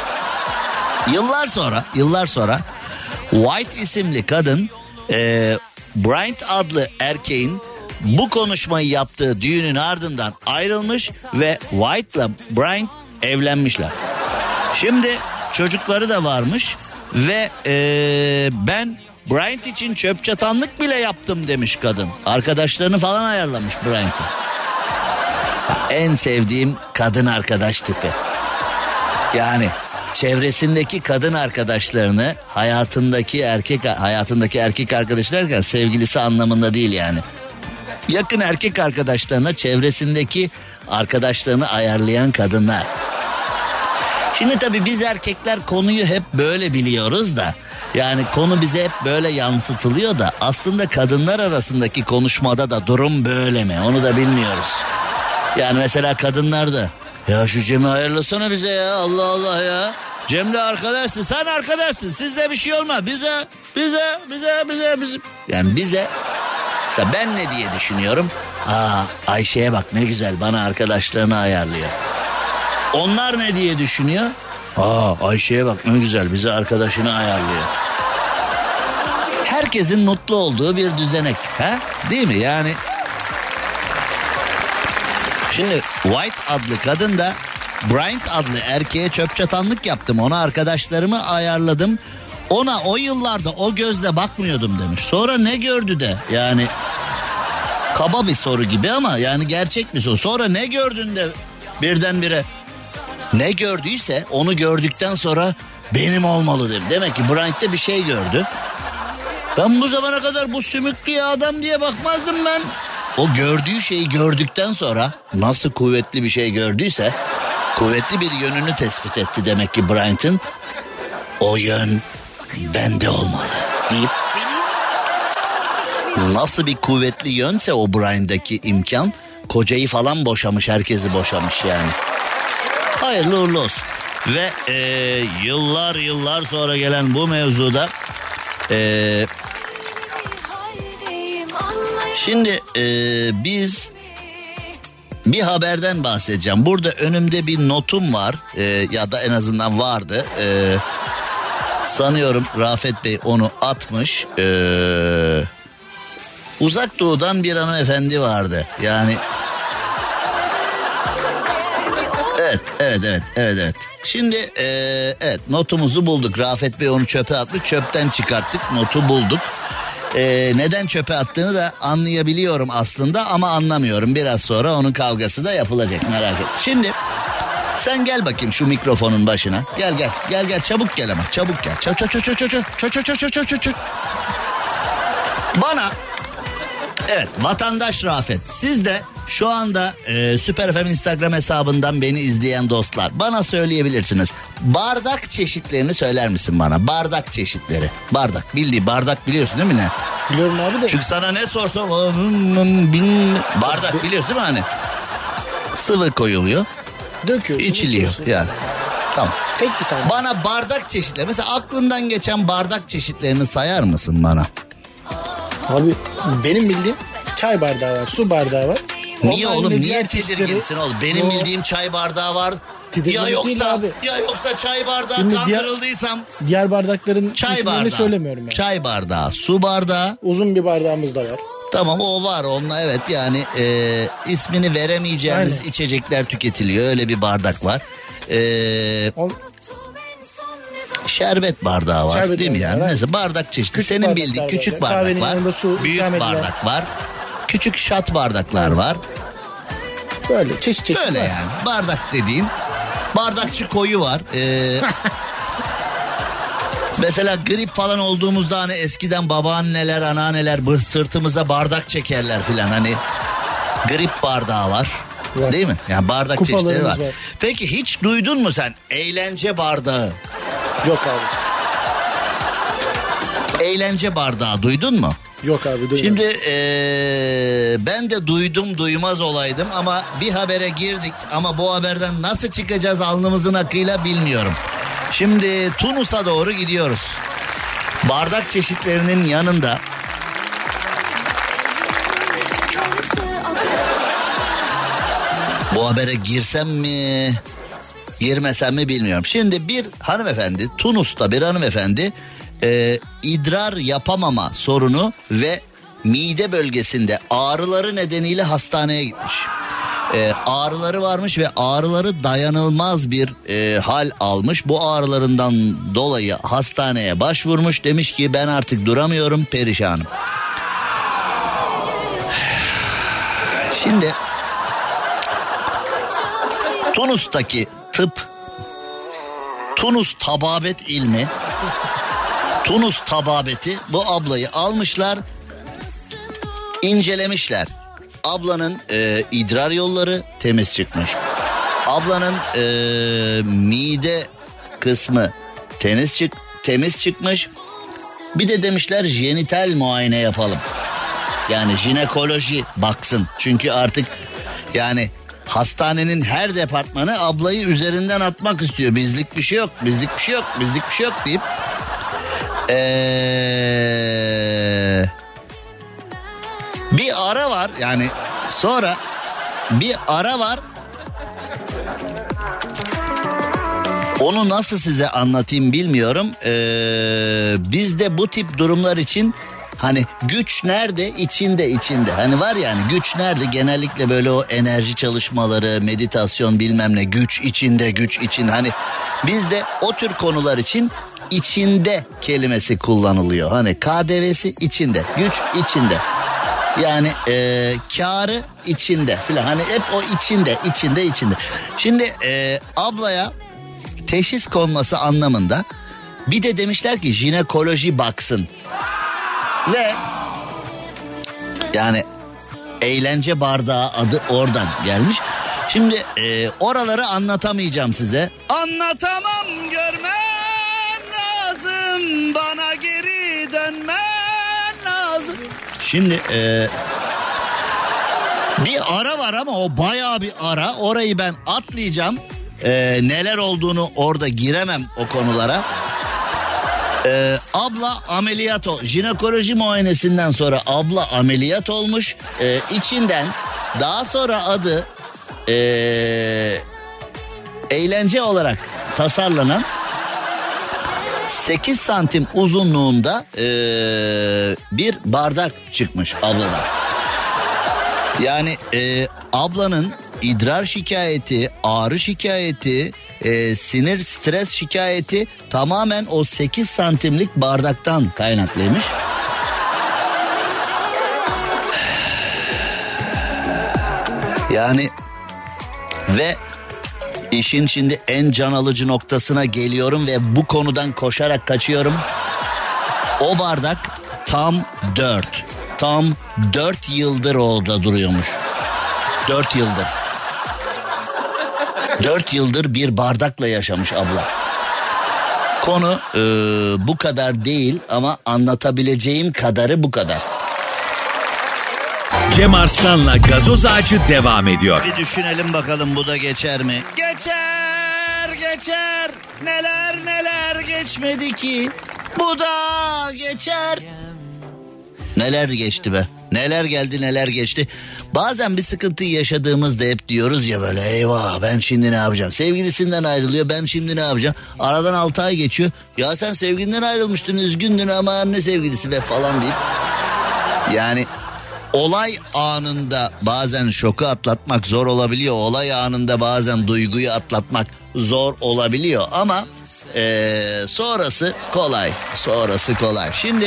Yıllar sonra White isimli kadın Bryant adlı erkeğin bu konuşmayı yaptığı düğünün ardından ayrılmış ve White'la Bryant evlenmişler. Şimdi çocukları da varmış ve ben Bryant için çöp çatanlık bile yaptım demiş kadın. Arkadaşlarını falan ayarlamış Bryant'ı. En sevdiğim kadın arkadaş tipi. Yani çevresindeki kadın arkadaşlarını hayatındaki erkek arkadaş derken sevgilisi anlamında değil yani. Yakın erkek arkadaşlarına çevresindeki arkadaşlarını ayarlayan kadınlar. Şimdi tabii biz erkekler konuyu hep böyle biliyoruz da yani konu bize hep böyle yansıtılıyor da aslında kadınlar arasındaki konuşmada da durum böyle mi? Onu da bilmiyoruz. Yani mesela kadınlar da ya şu Cem'i ayarlasana bize ya, Allah Allah ya. Cem'le arkadaşsın, sen arkadaşsın, sizde bir şey olmaz. Bize. Yani bize. Mesela ben ne diye düşünüyorum? Ayşe'ye bak ne güzel bana arkadaşlarını ayarlıyor. Onlar ne diye düşünüyor? Ayşe'ye bak ne güzel bize arkadaşını ayarlıyor. Herkesin mutlu olduğu bir düzenek. Değil mi yani? Şimdi White adlı kadın da Bryant adlı erkeğe çöp çatanlık yaptım. Ona arkadaşlarımı ayarladım. Ona o yıllarda o gözle bakmıyordum demiş. Sonra ne gördü de yani kaba bir soru gibi ama yani gerçek bir soru. Sonra ne gördün de birdenbire ne gördüyse onu gördükten sonra benim olmalı dedi. Demek ki Bryant'te bir şey gördü. Ben bu zamana kadar bu sümüklü adam diye bakmazdım ben. O gördüğü şeyi gördükten sonra nasıl kuvvetli bir şey gördüyse kuvvetli bir yönünü tespit etti demek ki Bryant'ın. O yön bende olmalı deyip nasıl bir kuvvetli yönse o Bryant'daki imkan, kocayı falan boşamış, herkesi boşamış yani. Hayırlı uğurlu olsun. Ve yıllar sonra gelen bu mevzuda şimdi biz bir haberden bahsedeceğim. Burada önümde bir notum var ya da en azından vardı. Sanıyorum Rafet Bey onu atmış. Uzak Doğu'dan bir hanımefendi vardı. Yani evet. Şimdi evet notumuzu bulduk. Rafet Bey onu çöpe atmış. Çöpten çıkarttık, notu bulduk. Neden çöpe attığını da anlayabiliyorum aslında ama anlamıyorum. Biraz sonra onun kavgası da yapılacak, merak etme. Şimdi sen gel bakayım şu mikrofonun başına. Gel çabuk gel ama çabuk gel. Bana evet vatandaş Rafet, siz de şu anda Süper FM Instagram hesabından beni izleyen dostlar bana söyleyebilirsiniz. Bardak çeşitlerini söyler misin bana? Bardak çeşitleri. Bardak, bildiğin bardak biliyorsun değil mi ne? Biliyorum abi de. Çünkü sana ne sorsam bardak biliyorsun değil mi hani? Sıvı koyuluyor. Döküyor. İçiliyor yani. Tamam. Tek bir tane. Bana bardak çeşitleri. Mesela aklından geçen bardak çeşitlerini sayar mısın bana? Abi benim bildiğim çay bardağı var, su bardağı var. Niye Ondan oğlum? yine Niye diğer tedirginsin oğlum? Benim bildiğim çay bardağı var. Ya yoksa çay bardağı Şimdi kandırıldıysam. Diğer bardakların Çay isimlerini bardağı. söylemiyorum yani. Çay bardağı, su bardağı. Uzun bir bardağımız da var. Tamam o var onunla evet yani ismini veremeyeceğimiz Aynen. içecekler tüketiliyor. Öyle bir bardak var. Şerbet bardağı var Şerbet değil mi yani? var, Mesela bardak çeşidi. Küçük Senin bardaklar bildiğin var. küçük Kahvenin bardak yanında var. su Büyük ikram edilen. bardak var. Küçük şat bardaklar var. Böyle çeşit Böyle var. yani. Bardak dediğin. Bardakçı koyu var. Mesela grip falan olduğumuzda hani eskiden babaanneler, anneanneler sırtımıza bardak çekerler filan hani. Grip bardağı var. Var. Değil mi? Yani bardak çeşitleri var. Kupalarımız var. Peki hiç duydun mu sen eğlence bardağı? Yok abi. Eğlence bardağı duydun mu? Yok abi duymadım. Şimdi ben de duydum duymaz olaydım ama bir habere girdik ama bu haberden nasıl çıkacağız alnımızın akıyla bilmiyorum. Şimdi Tunus'a doğru gidiyoruz. Bardak çeşitlerinin yanında bu habere girsem mi girmesem mi bilmiyorum. Şimdi bir hanımefendi, Tunus'ta bir hanımefendi idrar yapamama sorunu ve mide bölgesinde ağrıları nedeniyle hastaneye gitmiş. Ağrıları varmış ve ağrıları dayanılmaz bir hal almış. Bu ağrılarından dolayı hastaneye başvurmuş. Demiş ki ben artık duramıyorum, perişanım. Şimdi Tunus'taki tıp, Tunus tababet ilmi, Tunus tababeti bu ablayı almışlar, incelemişler. Ablanın idrar yolları temiz çıkmış. Ablanın mide kısmı temiz çıkmış. Bir de demişler jenital muayene yapalım. Yani jinekoloji baksın. Çünkü artık yani hastanenin her departmanı ablayı üzerinden atmak istiyor. Bizlik bir şey yok deyip bir ara var yani sonra bir ara var. Onu nasıl size anlatayım bilmiyorum. Bizde bu tip durumlar için Hani güç nerede? İçinde. Hani var yani güç nerede? Genellikle böyle o enerji çalışmaları, meditasyon bilmem ne, güç içinde. Hani bizde o tür konular için içinde kelimesi kullanılıyor. Hani KDV'si içinde, güç içinde. Yani kârı içinde filan. Hani hep o içinde. Şimdi ablaya teşhis konması anlamında bir de demişler ki jinekoloji baksın. Ve yani eğlence bardağı adı oradan gelmiş. Şimdi oraları anlatamayacağım size. Anlatamam, görmen lazım, bana geri dönmen lazım. Şimdi bir ara var ama o bayağı bir ara. Orayı ben atlayacağım. Neler olduğunu orada giremem o konulara. Abla ameliyat jinekoloji muayenesinden sonra abla ameliyat olmuş. İçinden daha sonra adı eğlence olarak tasarlanan 8 santim uzunluğunda bir bardak çıkmış abladan. Yani ablanın idrar şikayeti, ağrı şikayeti, sinir, stres şikayeti tamamen o 8 santimlik bardaktan kaynaklıymış. Yani ve işin şimdi en can alıcı noktasına geliyorum ve bu konudan koşarak kaçıyorum. O bardak tam 4 yıldır orada duruyormuş. 4 yıldır. 4 yıldır bir bardakla yaşamış abla. Konu bu kadar değil ama anlatabileceğim kadarı bu kadar. Cem Arslan'la Gazoz Ağacı devam ediyor. Bir düşünelim bakalım, bu da geçer mi? Geçer. Neler geçmedi ki? Bu da geçer. Neler geçti be? Neler geldi, neler geçti. Bazen bir sıkıntıyı yaşadığımızda hep diyoruz ya böyle, eyvah ben şimdi ne yapacağım? Sevgilisinden ayrılıyor, ben şimdi ne yapacağım? Aradan 6 ay geçiyor. Ya sen sevgilinden ayrılmıştın, üzgündün ama ne sevgilisi be falan deyip. Yani olay anında bazen şoku atlatmak zor olabiliyor. Olay anında bazen duyguyu atlatmak zor olabiliyor. Ama sonrası kolay. Şimdi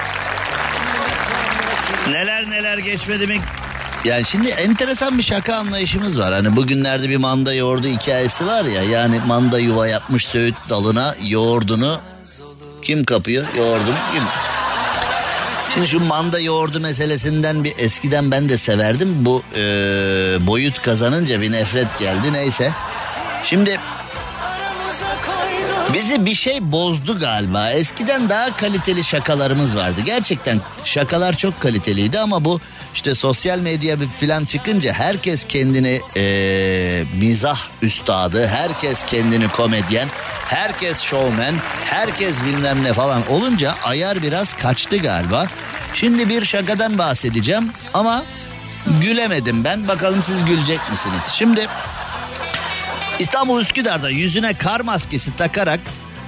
neler geçmedi mi? Yani şimdi enteresan bir şaka anlayışımız var. Hani bugünlerde bir manda yoğurdu hikayesi var ya. Yani manda yuva yapmış söğüt dalına, yoğurdunu kim kapıyor? Yoğurdunu kim? Şimdi şu manda yoğurdu meselesinden bir eskiden ben de severdim. Bu boyut kazanınca bir nefret geldi, neyse. Şimdi bizi bir şey bozdu galiba. Eskiden daha kaliteli şakalarımız vardı. Gerçekten şakalar çok kaliteliydi ama bu işte sosyal medya falan çıkınca herkes kendini mizah üstadı, herkes kendini komedyen, herkes şovmen, herkes bilmem ne falan olunca ayar biraz kaçtı galiba. Şimdi bir şakadan bahsedeceğim ama gülemedim ben. Bakalım siz gülecek misiniz? Şimdi İstanbul Üsküdar'da yüzüne kar maskesi takarak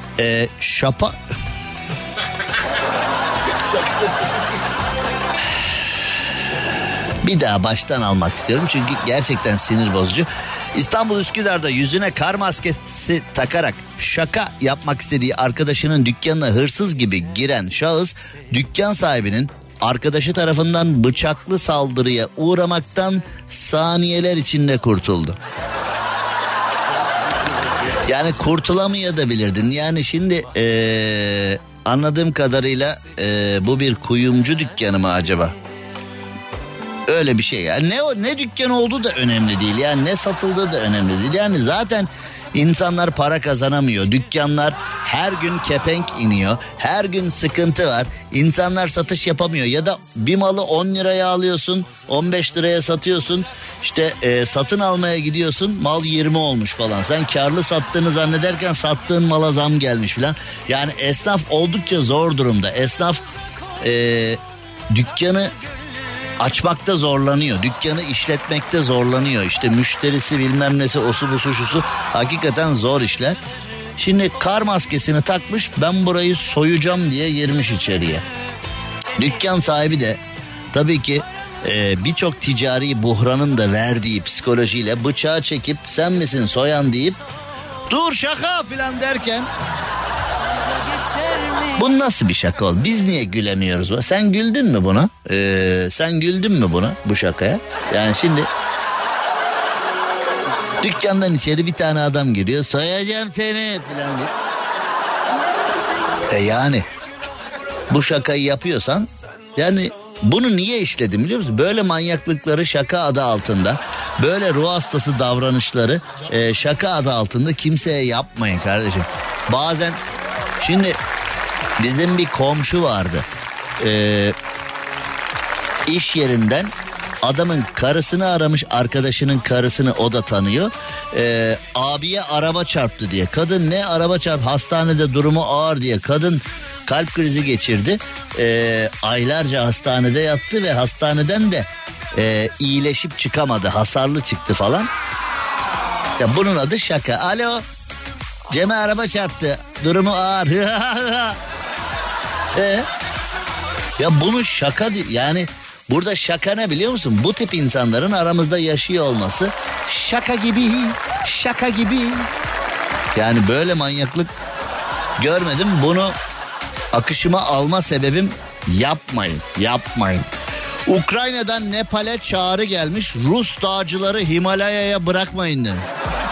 bir daha baştan almak istiyorum çünkü gerçekten sinir bozucu. İstanbul Üsküdar'da yüzüne kar maskesi takarak şaka yapmak istediği arkadaşının dükkanına hırsız gibi giren şahıs, dükkan sahibinin arkadaşı tarafından bıçaklı saldırıya uğramaktan saniyeler içinde kurtuldu. Yani kurtulamayabilirdin. Yani şimdi anladığım kadarıyla bu bir kuyumcu dükkanı mı acaba? Öyle bir şey. Yani ne dükkan olduğu da önemli değil. Yani ne satıldığı da önemli değil. Yani zaten insanlar para kazanamıyor. Dükkanlar her gün kepenk iniyor. Her gün sıkıntı var. İnsanlar satış yapamıyor. Ya da bir malı 10 liraya alıyorsun, 15 liraya satıyorsun. İşte satın almaya gidiyorsun, mal 20 olmuş falan. Sen karlı sattığını zannederken sattığın mala zam gelmiş falan. Yani esnaf oldukça zor durumda. Esnaf dükkanı açmakta zorlanıyor. Dükkanı işletmekte zorlanıyor. İşte müşterisi bilmem nesi, osu busu şusu, hakikaten zor işler. Şimdi kar maskesini takmış, ben burayı soyacağım diye girmiş içeriye. Dükkan sahibi de tabii ki birçok ticari buhranın da verdiği psikolojiyle bıçağı çekip sen misin soyan deyip dur şaka filan derken bu nasıl bir şaka oldu? Biz niye gülemiyoruz? Sen güldün mü buna? Sen güldün mü buna, bu şakaya? Yani şimdi dükkandan içeri bir tane adam giriyor, soyacağım seni filan diye. Yani bu şakayı yapıyorsan, yani bunu niye işledim biliyor musun? Böyle manyaklıkları şaka adı altında, böyle ruh hastası davranışları şaka adı altında kimseye yapmayın kardeşim. Bazen şimdi bizim bir komşu vardı. İş yerinden adamın karısını aramış, arkadaşının karısını, o da tanıyor. Abiye araba çarptı diye. Kadın ne araba çarp, hastanede durumu ağır diye. Kadın kalp krizi geçirdi. Aylarca hastanede yattı ve hastaneden de iyileşip çıkamadı. Hasarlı çıktı falan. Ya bunun adı şaka. Alo, Cem'e araba çarptı, durumu ağır. Ya bunun şaka değil. Yani burada şaka ne biliyor musun? Bu tip insanların aramızda yaşıyor olması şaka gibi. Şaka gibi. Yani böyle manyaklık görmedim. Bunu akışıma alma sebebim yapmayın. Ukrayna'dan Nepal'e çağrı gelmiş. Rus dağcıları Himalaya'ya bırakmayın dedi.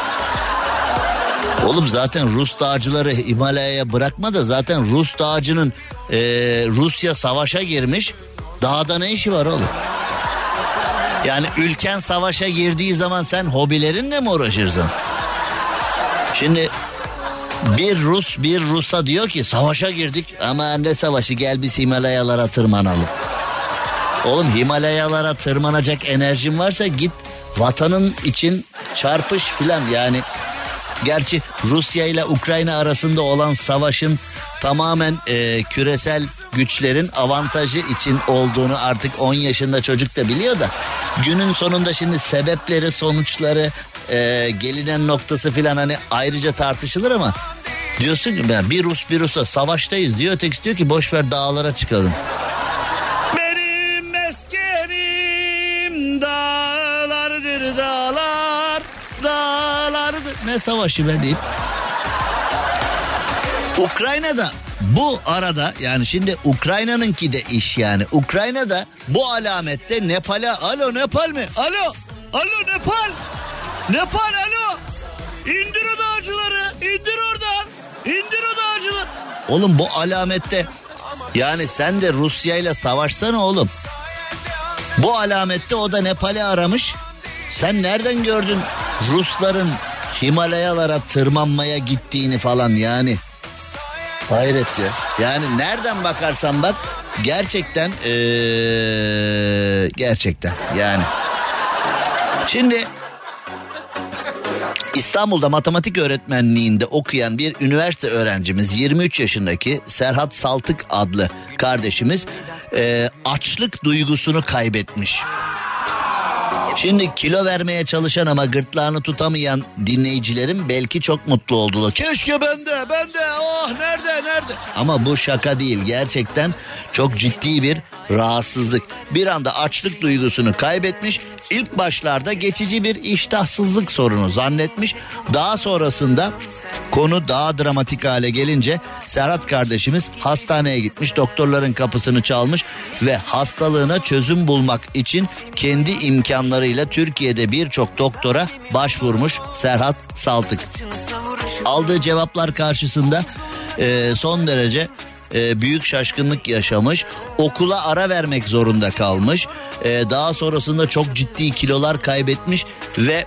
Oğlum zaten Rus dağcıları Himalaya'ya bırakma da zaten Rus dağcının Rusya savaşa girmiş. Dağda ne işi var oğlum? Yani ülken savaşa girdiği zaman sen hobilerinle mi uğraşırsın? Şimdi bir Rus'a diyor ki savaşa girdik ama ne savaşı, gel biz Himalayalara tırmanalım. Oğlum Himalayalara tırmanacak enerjin varsa git vatanın için çarpış filan. Yani gerçi Rusya ile Ukrayna arasında olan savaşın tamamen küresel güçlerin avantajı için olduğunu artık 10 yaşında çocuk da biliyor da günün sonunda şimdi sebepleri, sonuçları, gelinen noktası filan hani ayrıca tartışılır ama diyorsun ki ben bir Rus'a savaştayız diyor, ötekisi diyor ki boş ver dağlara çıkalım. Benim meskenim dağlardır dağlardır. Ne savaşı be deyip Ukrayna'da bu arada, yani şimdi Ukrayna'nınki de iş yani. Ukrayna'da bu alamette Nepal'e, alo Nepal mi? Alo Nepal alo. İndir o dağcıları, indir oradan. İndir o dağcıları. Oğlum bu alamette yani sen de Rusya ile savaşsana oğlum. Bu alamette o da Nepal'i aramış. Sen nereden gördün Rusların Himalayalara tırmanmaya gittiğini falan yani? Hayret ya. Yani nereden bakarsan bak gerçekten yani. Şimdi İstanbul'da matematik öğretmenliğinde okuyan bir üniversite öğrencimiz, 23 yaşındaki Serhat Saltık adlı kardeşimiz açlık duygusunu kaybetmiş. Şimdi kilo vermeye çalışan ama gırtlağını tutamayan dinleyicilerim belki çok mutlu oldular. Keşke ben de oh nerede. Ama bu şaka değil, gerçekten çok ciddi bir rahatsızlık. Bir anda açlık duygusunu kaybetmiş. İlk başlarda geçici bir iştahsızlık sorunu zannetmiş. Daha sonrasında konu daha dramatik hale gelince Serhat kardeşimiz hastaneye gitmiş. Doktorların kapısını çalmış ve hastalığına çözüm bulmak için kendi imkanlarıyla Türkiye'de birçok doktora başvurmuş Serhat Saltık. Aldığı cevaplar karşısında son derece büyük şaşkınlık yaşamış. Okula ara vermek zorunda kalmış. Daha sonrasında çok ciddi kilolar kaybetmiş ve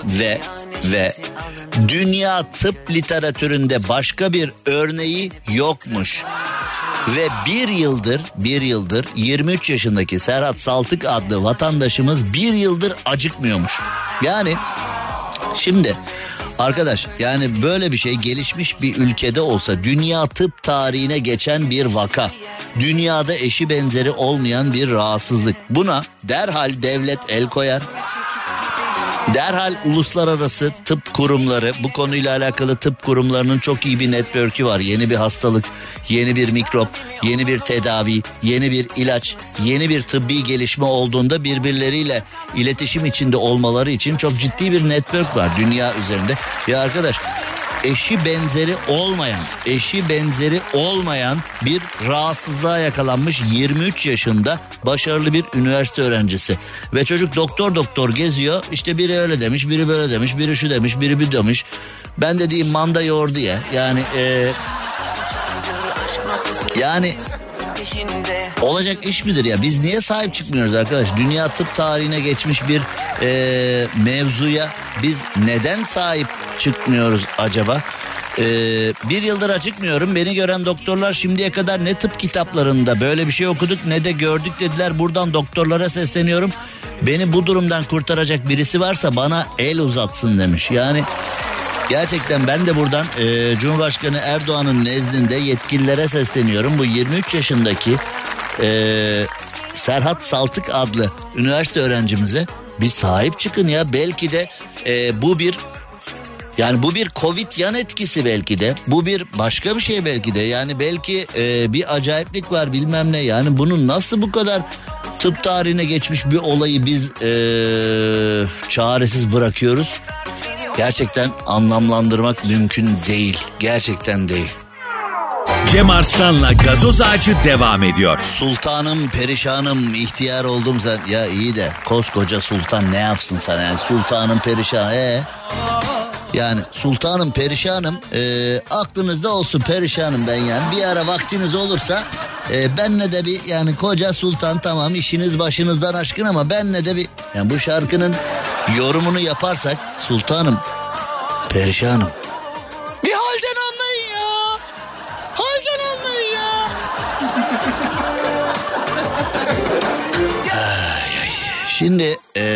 dünya tıp literatüründe başka bir örneği yokmuş. Ve bir yıldır 23 yaşındaki Serhat Saltık adlı vatandaşımız bir yıldır acıkmıyormuş. Yani şimdi arkadaş, yani böyle bir şey gelişmiş bir ülkede olsa, dünya tıp tarihine geçen bir vaka, dünyada eşi benzeri olmayan bir rahatsızlık, buna derhal devlet el koyar Derhal uluslararası tıp kurumları, bu konuyla alakalı tıp kurumlarının çok iyi bir network'ü var. Yeni bir hastalık, yeni bir mikrop, yeni bir tedavi, yeni bir ilaç, yeni bir tıbbi gelişme olduğunda birbirleriyle iletişim içinde olmaları için çok ciddi bir network var dünya üzerinde. Ya arkadaş, eşi benzeri olmayan bir rahatsızlığa yakalanmış 23 yaşında başarılı bir üniversite öğrencisi. Ve çocuk doktor geziyor. İşte biri öyle demiş, biri böyle demiş, biri şu demiş, biri bir demiş. Ben de diyeyim manda yoğurdu ya. Yani olacak iş midir ya? Biz niye sahip çıkmıyoruz arkadaş? Dünya tıp tarihine geçmiş bir mevzuya biz neden sahip çıkmıyoruz acaba? Bir yıldır açıkmıyorum. Beni gören doktorlar şimdiye kadar ne tıp kitaplarında böyle bir şey okuduk ne de gördük dediler. Buradan doktorlara sesleniyorum. Beni bu durumdan kurtaracak birisi varsa bana el uzatsın demiş. Yani gerçekten ben de buradan Cumhurbaşkanı Erdoğan'ın nezdinde yetkililere sesleniyorum. Bu 23 yaşındaki Serhat Saltık adlı üniversite öğrencimize bir sahip çıkın ya. Belki de bu bir Covid yan etkisi, belki de bu bir başka bir şey, belki de yani belki bir acayiplik var bilmem ne. Yani bunun nasıl bu kadar tıp tarihine geçmiş bir olayı biz çaresiz bırakıyoruz? Gerçekten anlamlandırmak mümkün değil. Gerçekten değil. Cem Arslan'la Gazoz Ağacı devam ediyor. Sultanım, perişanım, ihtiyar oldum sen. Ya iyi de koskoca sultan ne yapsın sana? Yani sultanım perişan. Yani sultanım perişanım. Aklınızda olsun, perişanım ben yani. Bir ara vaktiniz olursa benle de bir, yani koca sultan tamam işiniz başınızdan aşkın ama benle de bir, yani bu şarkının yorumunu yaparsak sultanım perişanım. Bir halden anlayın ya. Halden anlayın ya. Şimdi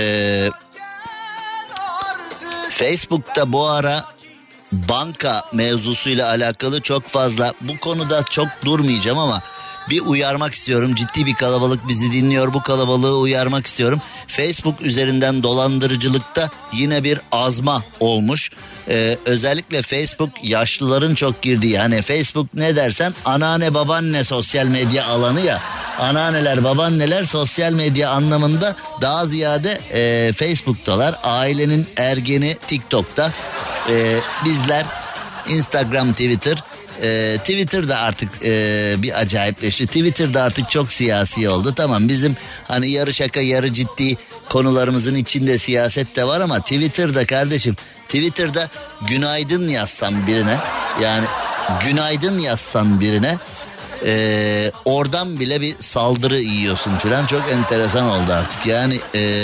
Facebook'ta bu ara banka mevzusuyla alakalı çok fazla, bu konuda çok durmayacağım ama bir uyarmak istiyorum. Ciddi bir kalabalık bizi dinliyor, bu kalabalığı uyarmak istiyorum. Facebook üzerinden dolandırıcılıkta yine bir azma olmuş. Özellikle Facebook yaşlıların çok girdiği, hani Facebook ne dersen anneanne babaanne sosyal medya alanı ya. Anneanneler babaanneler sosyal medya anlamında daha ziyade Facebook'talar. Ailenin ergeni TikTok'ta. Bizler Instagram, Twitter. Twitter'da artık bir acayipleşti. Twitter'da artık çok siyasi oldu. Tamam, bizim hani yarı şaka yarı ciddi konularımızın içinde siyaset de var ama Twitter'da kardeşim, Twitter'da günaydın yazsan birine, yani günaydın yazsan birine oradan bile bir saldırı yiyorsun falan. Çok enteresan oldu artık. Yani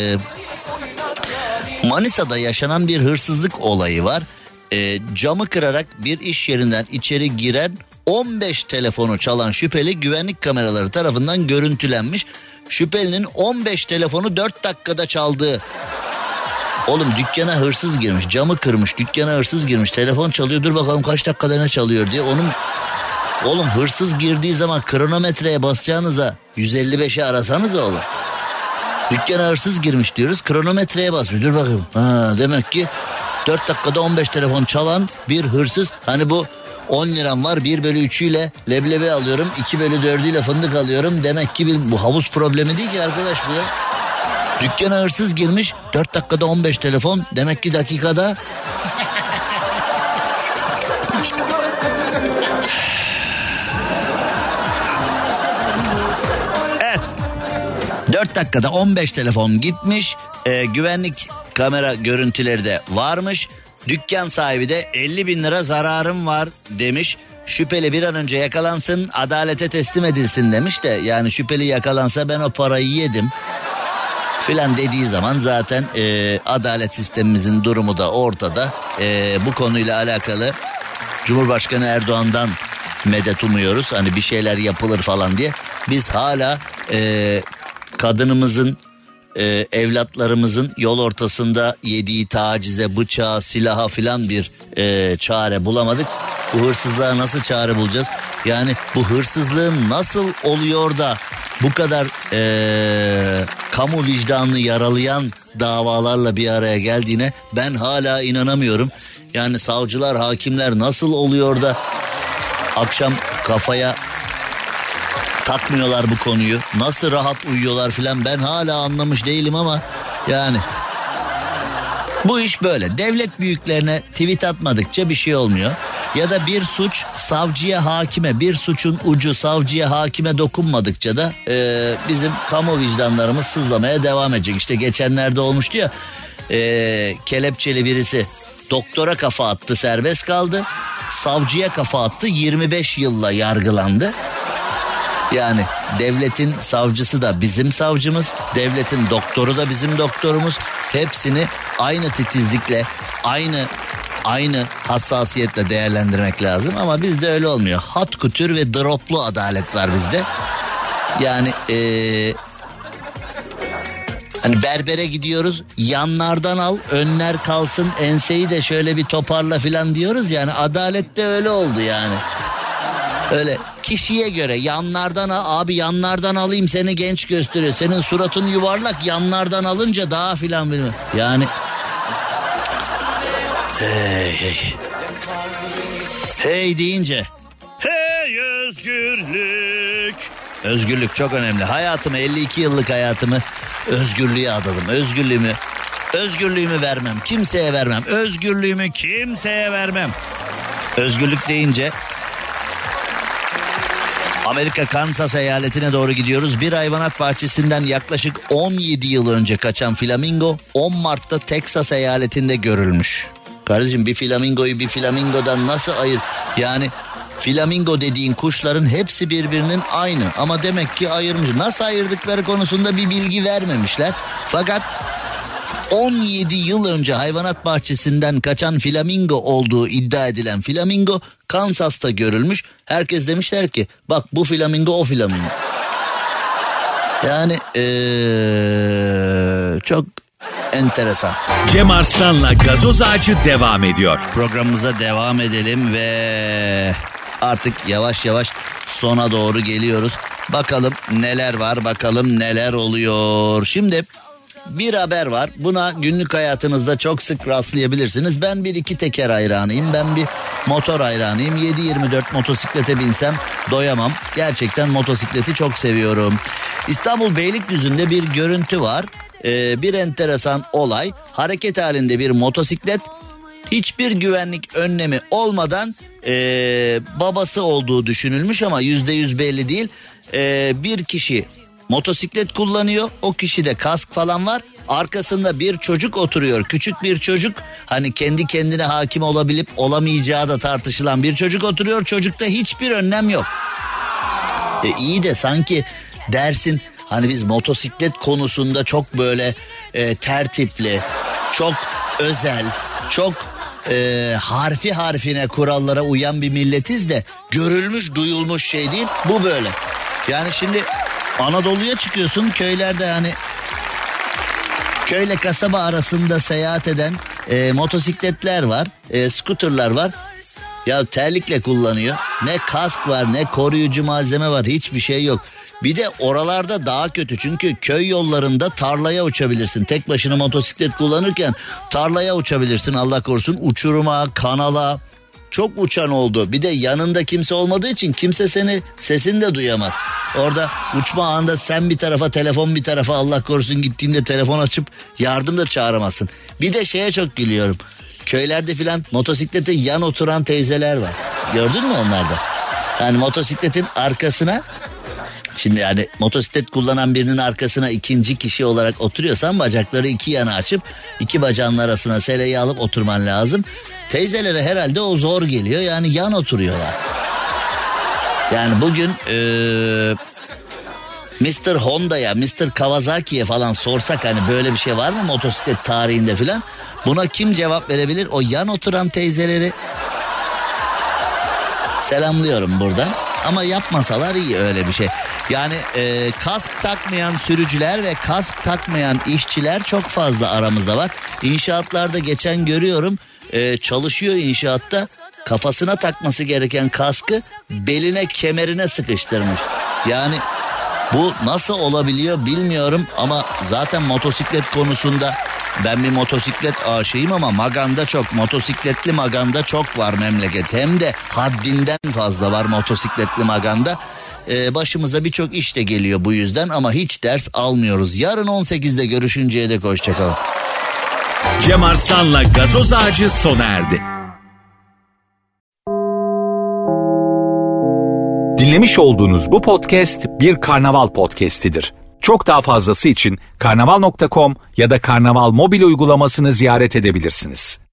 Manisa'da yaşanan bir hırsızlık olayı var. Camı kırarak bir iş yerinden içeri giren 15 telefonu çalan şüpheli güvenlik kameraları tarafından görüntülenmiş. Şüphelinin 15 telefonu 4 dakikada çaldığı. Oğlum dükkana hırsız girmiş, camı kırmış, dükkana hırsız girmiş, telefon çalıyor, dur bakalım kaç dakikada ne çalıyor diye. Oğlum hırsız girdiği zaman kronometreye basacağınıza 155'i arasanız oğlum. Dükkana hırsız girmiş diyoruz, kronometreye basmıyor, dur bakayım. Demek ki 4 dakikada 15 telefon çalan bir hırsız. Hani bu 10 liram var, 1/3'üyle leblebi alıyorum, 2/4'üyle fındık alıyorum. Demek ki bu havuz problemi değil ki arkadaş bu ya. Dükkana hırsız girmiş, 4 dakikada 15 telefon, demek ki dakikada... Evet, 4 dakikada 15 telefon gitmiş. Güvenlik kamera görüntüleri de varmış. Dükkan sahibi de 50.000 lira zararım var demiş. Şüpheli bir an önce yakalansın, adalete teslim edilsin demiş de, yani şüpheli yakalansa ben o parayı yedim filan dediği zaman zaten adalet sistemimizin durumu da ortada. Bu konuyla alakalı Cumhurbaşkanı Erdoğan'dan medet umuyoruz. Hani bir şeyler yapılır falan diye. Biz hala kadınımızın, evlatlarımızın yol ortasında yediği tacize, bıçağa, silaha filan bir çare bulamadık. Bu hırsızlığa nasıl çare bulacağız? Yani bu hırsızlığın nasıl oluyor da bu kadar kamu vicdanını yaralayan davalarla bir araya geldiğine ben hala inanamıyorum. Yani savcılar, hakimler nasıl oluyor da akşam kafaya takmıyorlar bu konuyu? Nasıl rahat uyuyorlar filan, ben hala anlamış değilim ama yani bu iş böyle. Devlet büyüklerine tweet atmadıkça bir şey olmuyor. Ya da bir suç savcıya, hakime, bir suçun ucu savcıya, hakime dokunmadıkça da bizim kamu vicdanlarımız sızlamaya devam edecek. İşte geçenlerde olmuştu ya, kelepçeli birisi doktora kafa attı, serbest kaldı. Savcıya kafa attı, 25 yılla yargılandı. Yani devletin savcısı da bizim savcımız, devletin doktoru da bizim doktorumuz. Hepsini aynı titizlikle, aynı hassasiyetle değerlendirmek lazım. Ama bizde öyle olmuyor. Hat kütür ve droplu adalet var bizde. Yani hani berbere gidiyoruz, yanlardan al, önler kalsın, enseyi de şöyle bir toparla filan diyoruz. Yani adalet de öyle oldu yani. Öyle kişiye göre yanlardan al, abi yanlardan alayım seni genç gösteriyor. Senin suratın yuvarlak, yanlardan alınca daha filan bilmem. Yani hey deyince hey özgürlük. Özgürlük çok önemli. Hayatımı, 52 yıllık hayatımı özgürlüğe adadım. Özgürlüğümü vermem, kimseye vermem. Özgürlüğümü kimseye vermem. Özgürlük deyince Amerika Kansas eyaletine doğru gidiyoruz. Bir hayvanat bahçesinden yaklaşık 17 yıl önce kaçan flamingo 10 Mart'ta Texas eyaletinde görülmüş. Kardeşim, bir flamingoyu bir flamingodan nasıl ayır? Yani flamingo dediğin kuşların hepsi birbirinin aynı ama demek ki ayırmış. Nasıl ayırdıkları konusunda bir bilgi vermemişler. Fakat 17 yıl önce hayvanat bahçesinden kaçan flamingo olduğu iddia edilen flamingo Kansas'ta görülmüş. Herkes demişler ki bak bu flamingo o flamingo. Yani çok enteresan. Cem Arslan'la Gazoz Ağacı devam ediyor. Programımıza devam edelim ve artık yavaş yavaş sona doğru geliyoruz. Bakalım neler var, bakalım neler oluyor. Şimdi bir haber var. Buna günlük hayatınızda çok sık rastlayabilirsiniz. Ben bir iki teker hayranıyım. Ben bir motor hayranıyım. 7/24 motosiklete binsem doyamam. Gerçekten motosikleti çok seviyorum. İstanbul Beylikdüzü'nde bir görüntü var. Bir enteresan olay. Hareket halinde bir motosiklet, hiçbir güvenlik önlemi olmadan babası olduğu düşünülmüş ama %100 belli değil. Bir kişi motosiklet kullanıyor. O kişide kask falan var. Arkasında bir çocuk oturuyor. Küçük bir çocuk. Hani kendi kendine hakim olabilip olamayacağı da tartışılan bir çocuk oturuyor. Çocukta hiçbir önlem yok. İyi de sanki dersin hani biz motosiklet konusunda çok böyle tertipli, çok özel, çok harfi harfine kurallara uyan bir milletiz de görülmüş duyulmuş şey değil. Bu böyle. Yani şimdi Anadolu'ya çıkıyorsun, köylerde hani köyle kasaba arasında seyahat eden motosikletler var, skuterlar var. Ya terlikle kullanıyor. Ne kask var, ne koruyucu malzeme var, hiçbir şey yok. Bir de oralarda daha kötü, çünkü köy yollarında tarlaya uçabilirsin. Tek başına motosiklet kullanırken tarlaya uçabilirsin, Allah korusun, uçuruma, kanala. Çok uçan oldu. Bir de yanında kimse olmadığı için kimse sesini de duyamaz. Orada uçma anında sen bir tarafa, telefon bir tarafa, Allah korusun gittiğinde telefon açıp yardım da çağıramazsın. Bir de şeye çok gülüyorum. Köylerde filan motosiklete yan oturan teyzeler var. Gördün mü onlarda? Yani motosikletin arkasına, şimdi yani motosiklet kullanan birinin arkasına ikinci kişi olarak oturuyorsan bacakları iki yana açıp iki bacağın arasına seleyi alıp oturman lazım. Teyzelere herhalde o zor geliyor, yani yan oturuyorlar. Yani bugün Mr. Honda'ya, Mr. Kawasaki'ye falan sorsak hani böyle bir şey var mı motosiklet tarihinde filan, buna kim cevap verebilir? O yan oturan teyzeleri selamlıyorum buradan. Ama yapmasalar iyi öyle bir şey. Yani kask takmayan sürücüler ve kask takmayan işçiler çok fazla aramızda var. İnşaatlarda geçen görüyorum, çalışıyor inşaatta, kafasına takması gereken kaskı beline, kemerine sıkıştırmış. Yani Bu nasıl olabiliyor bilmiyorum ama zaten motosiklet konusunda ben bir motosiklet aşığıyım ama Maganda çok. Motosikletli Maganda çok var memleket. Hem de haddinden fazla var motosikletli Maganda. Başımıza birçok iş de geliyor bu yüzden ama hiç ders almıyoruz. Yarın 18'de görüşünceye dek hoşçakalın. Cem Arslan'la Gazoz Ağacı sona erdi. Dinlemiş olduğunuz bu podcast bir karnaval podcastidir. Çok daha fazlası için karnaval.com ya da karnaval mobil uygulamasını ziyaret edebilirsiniz.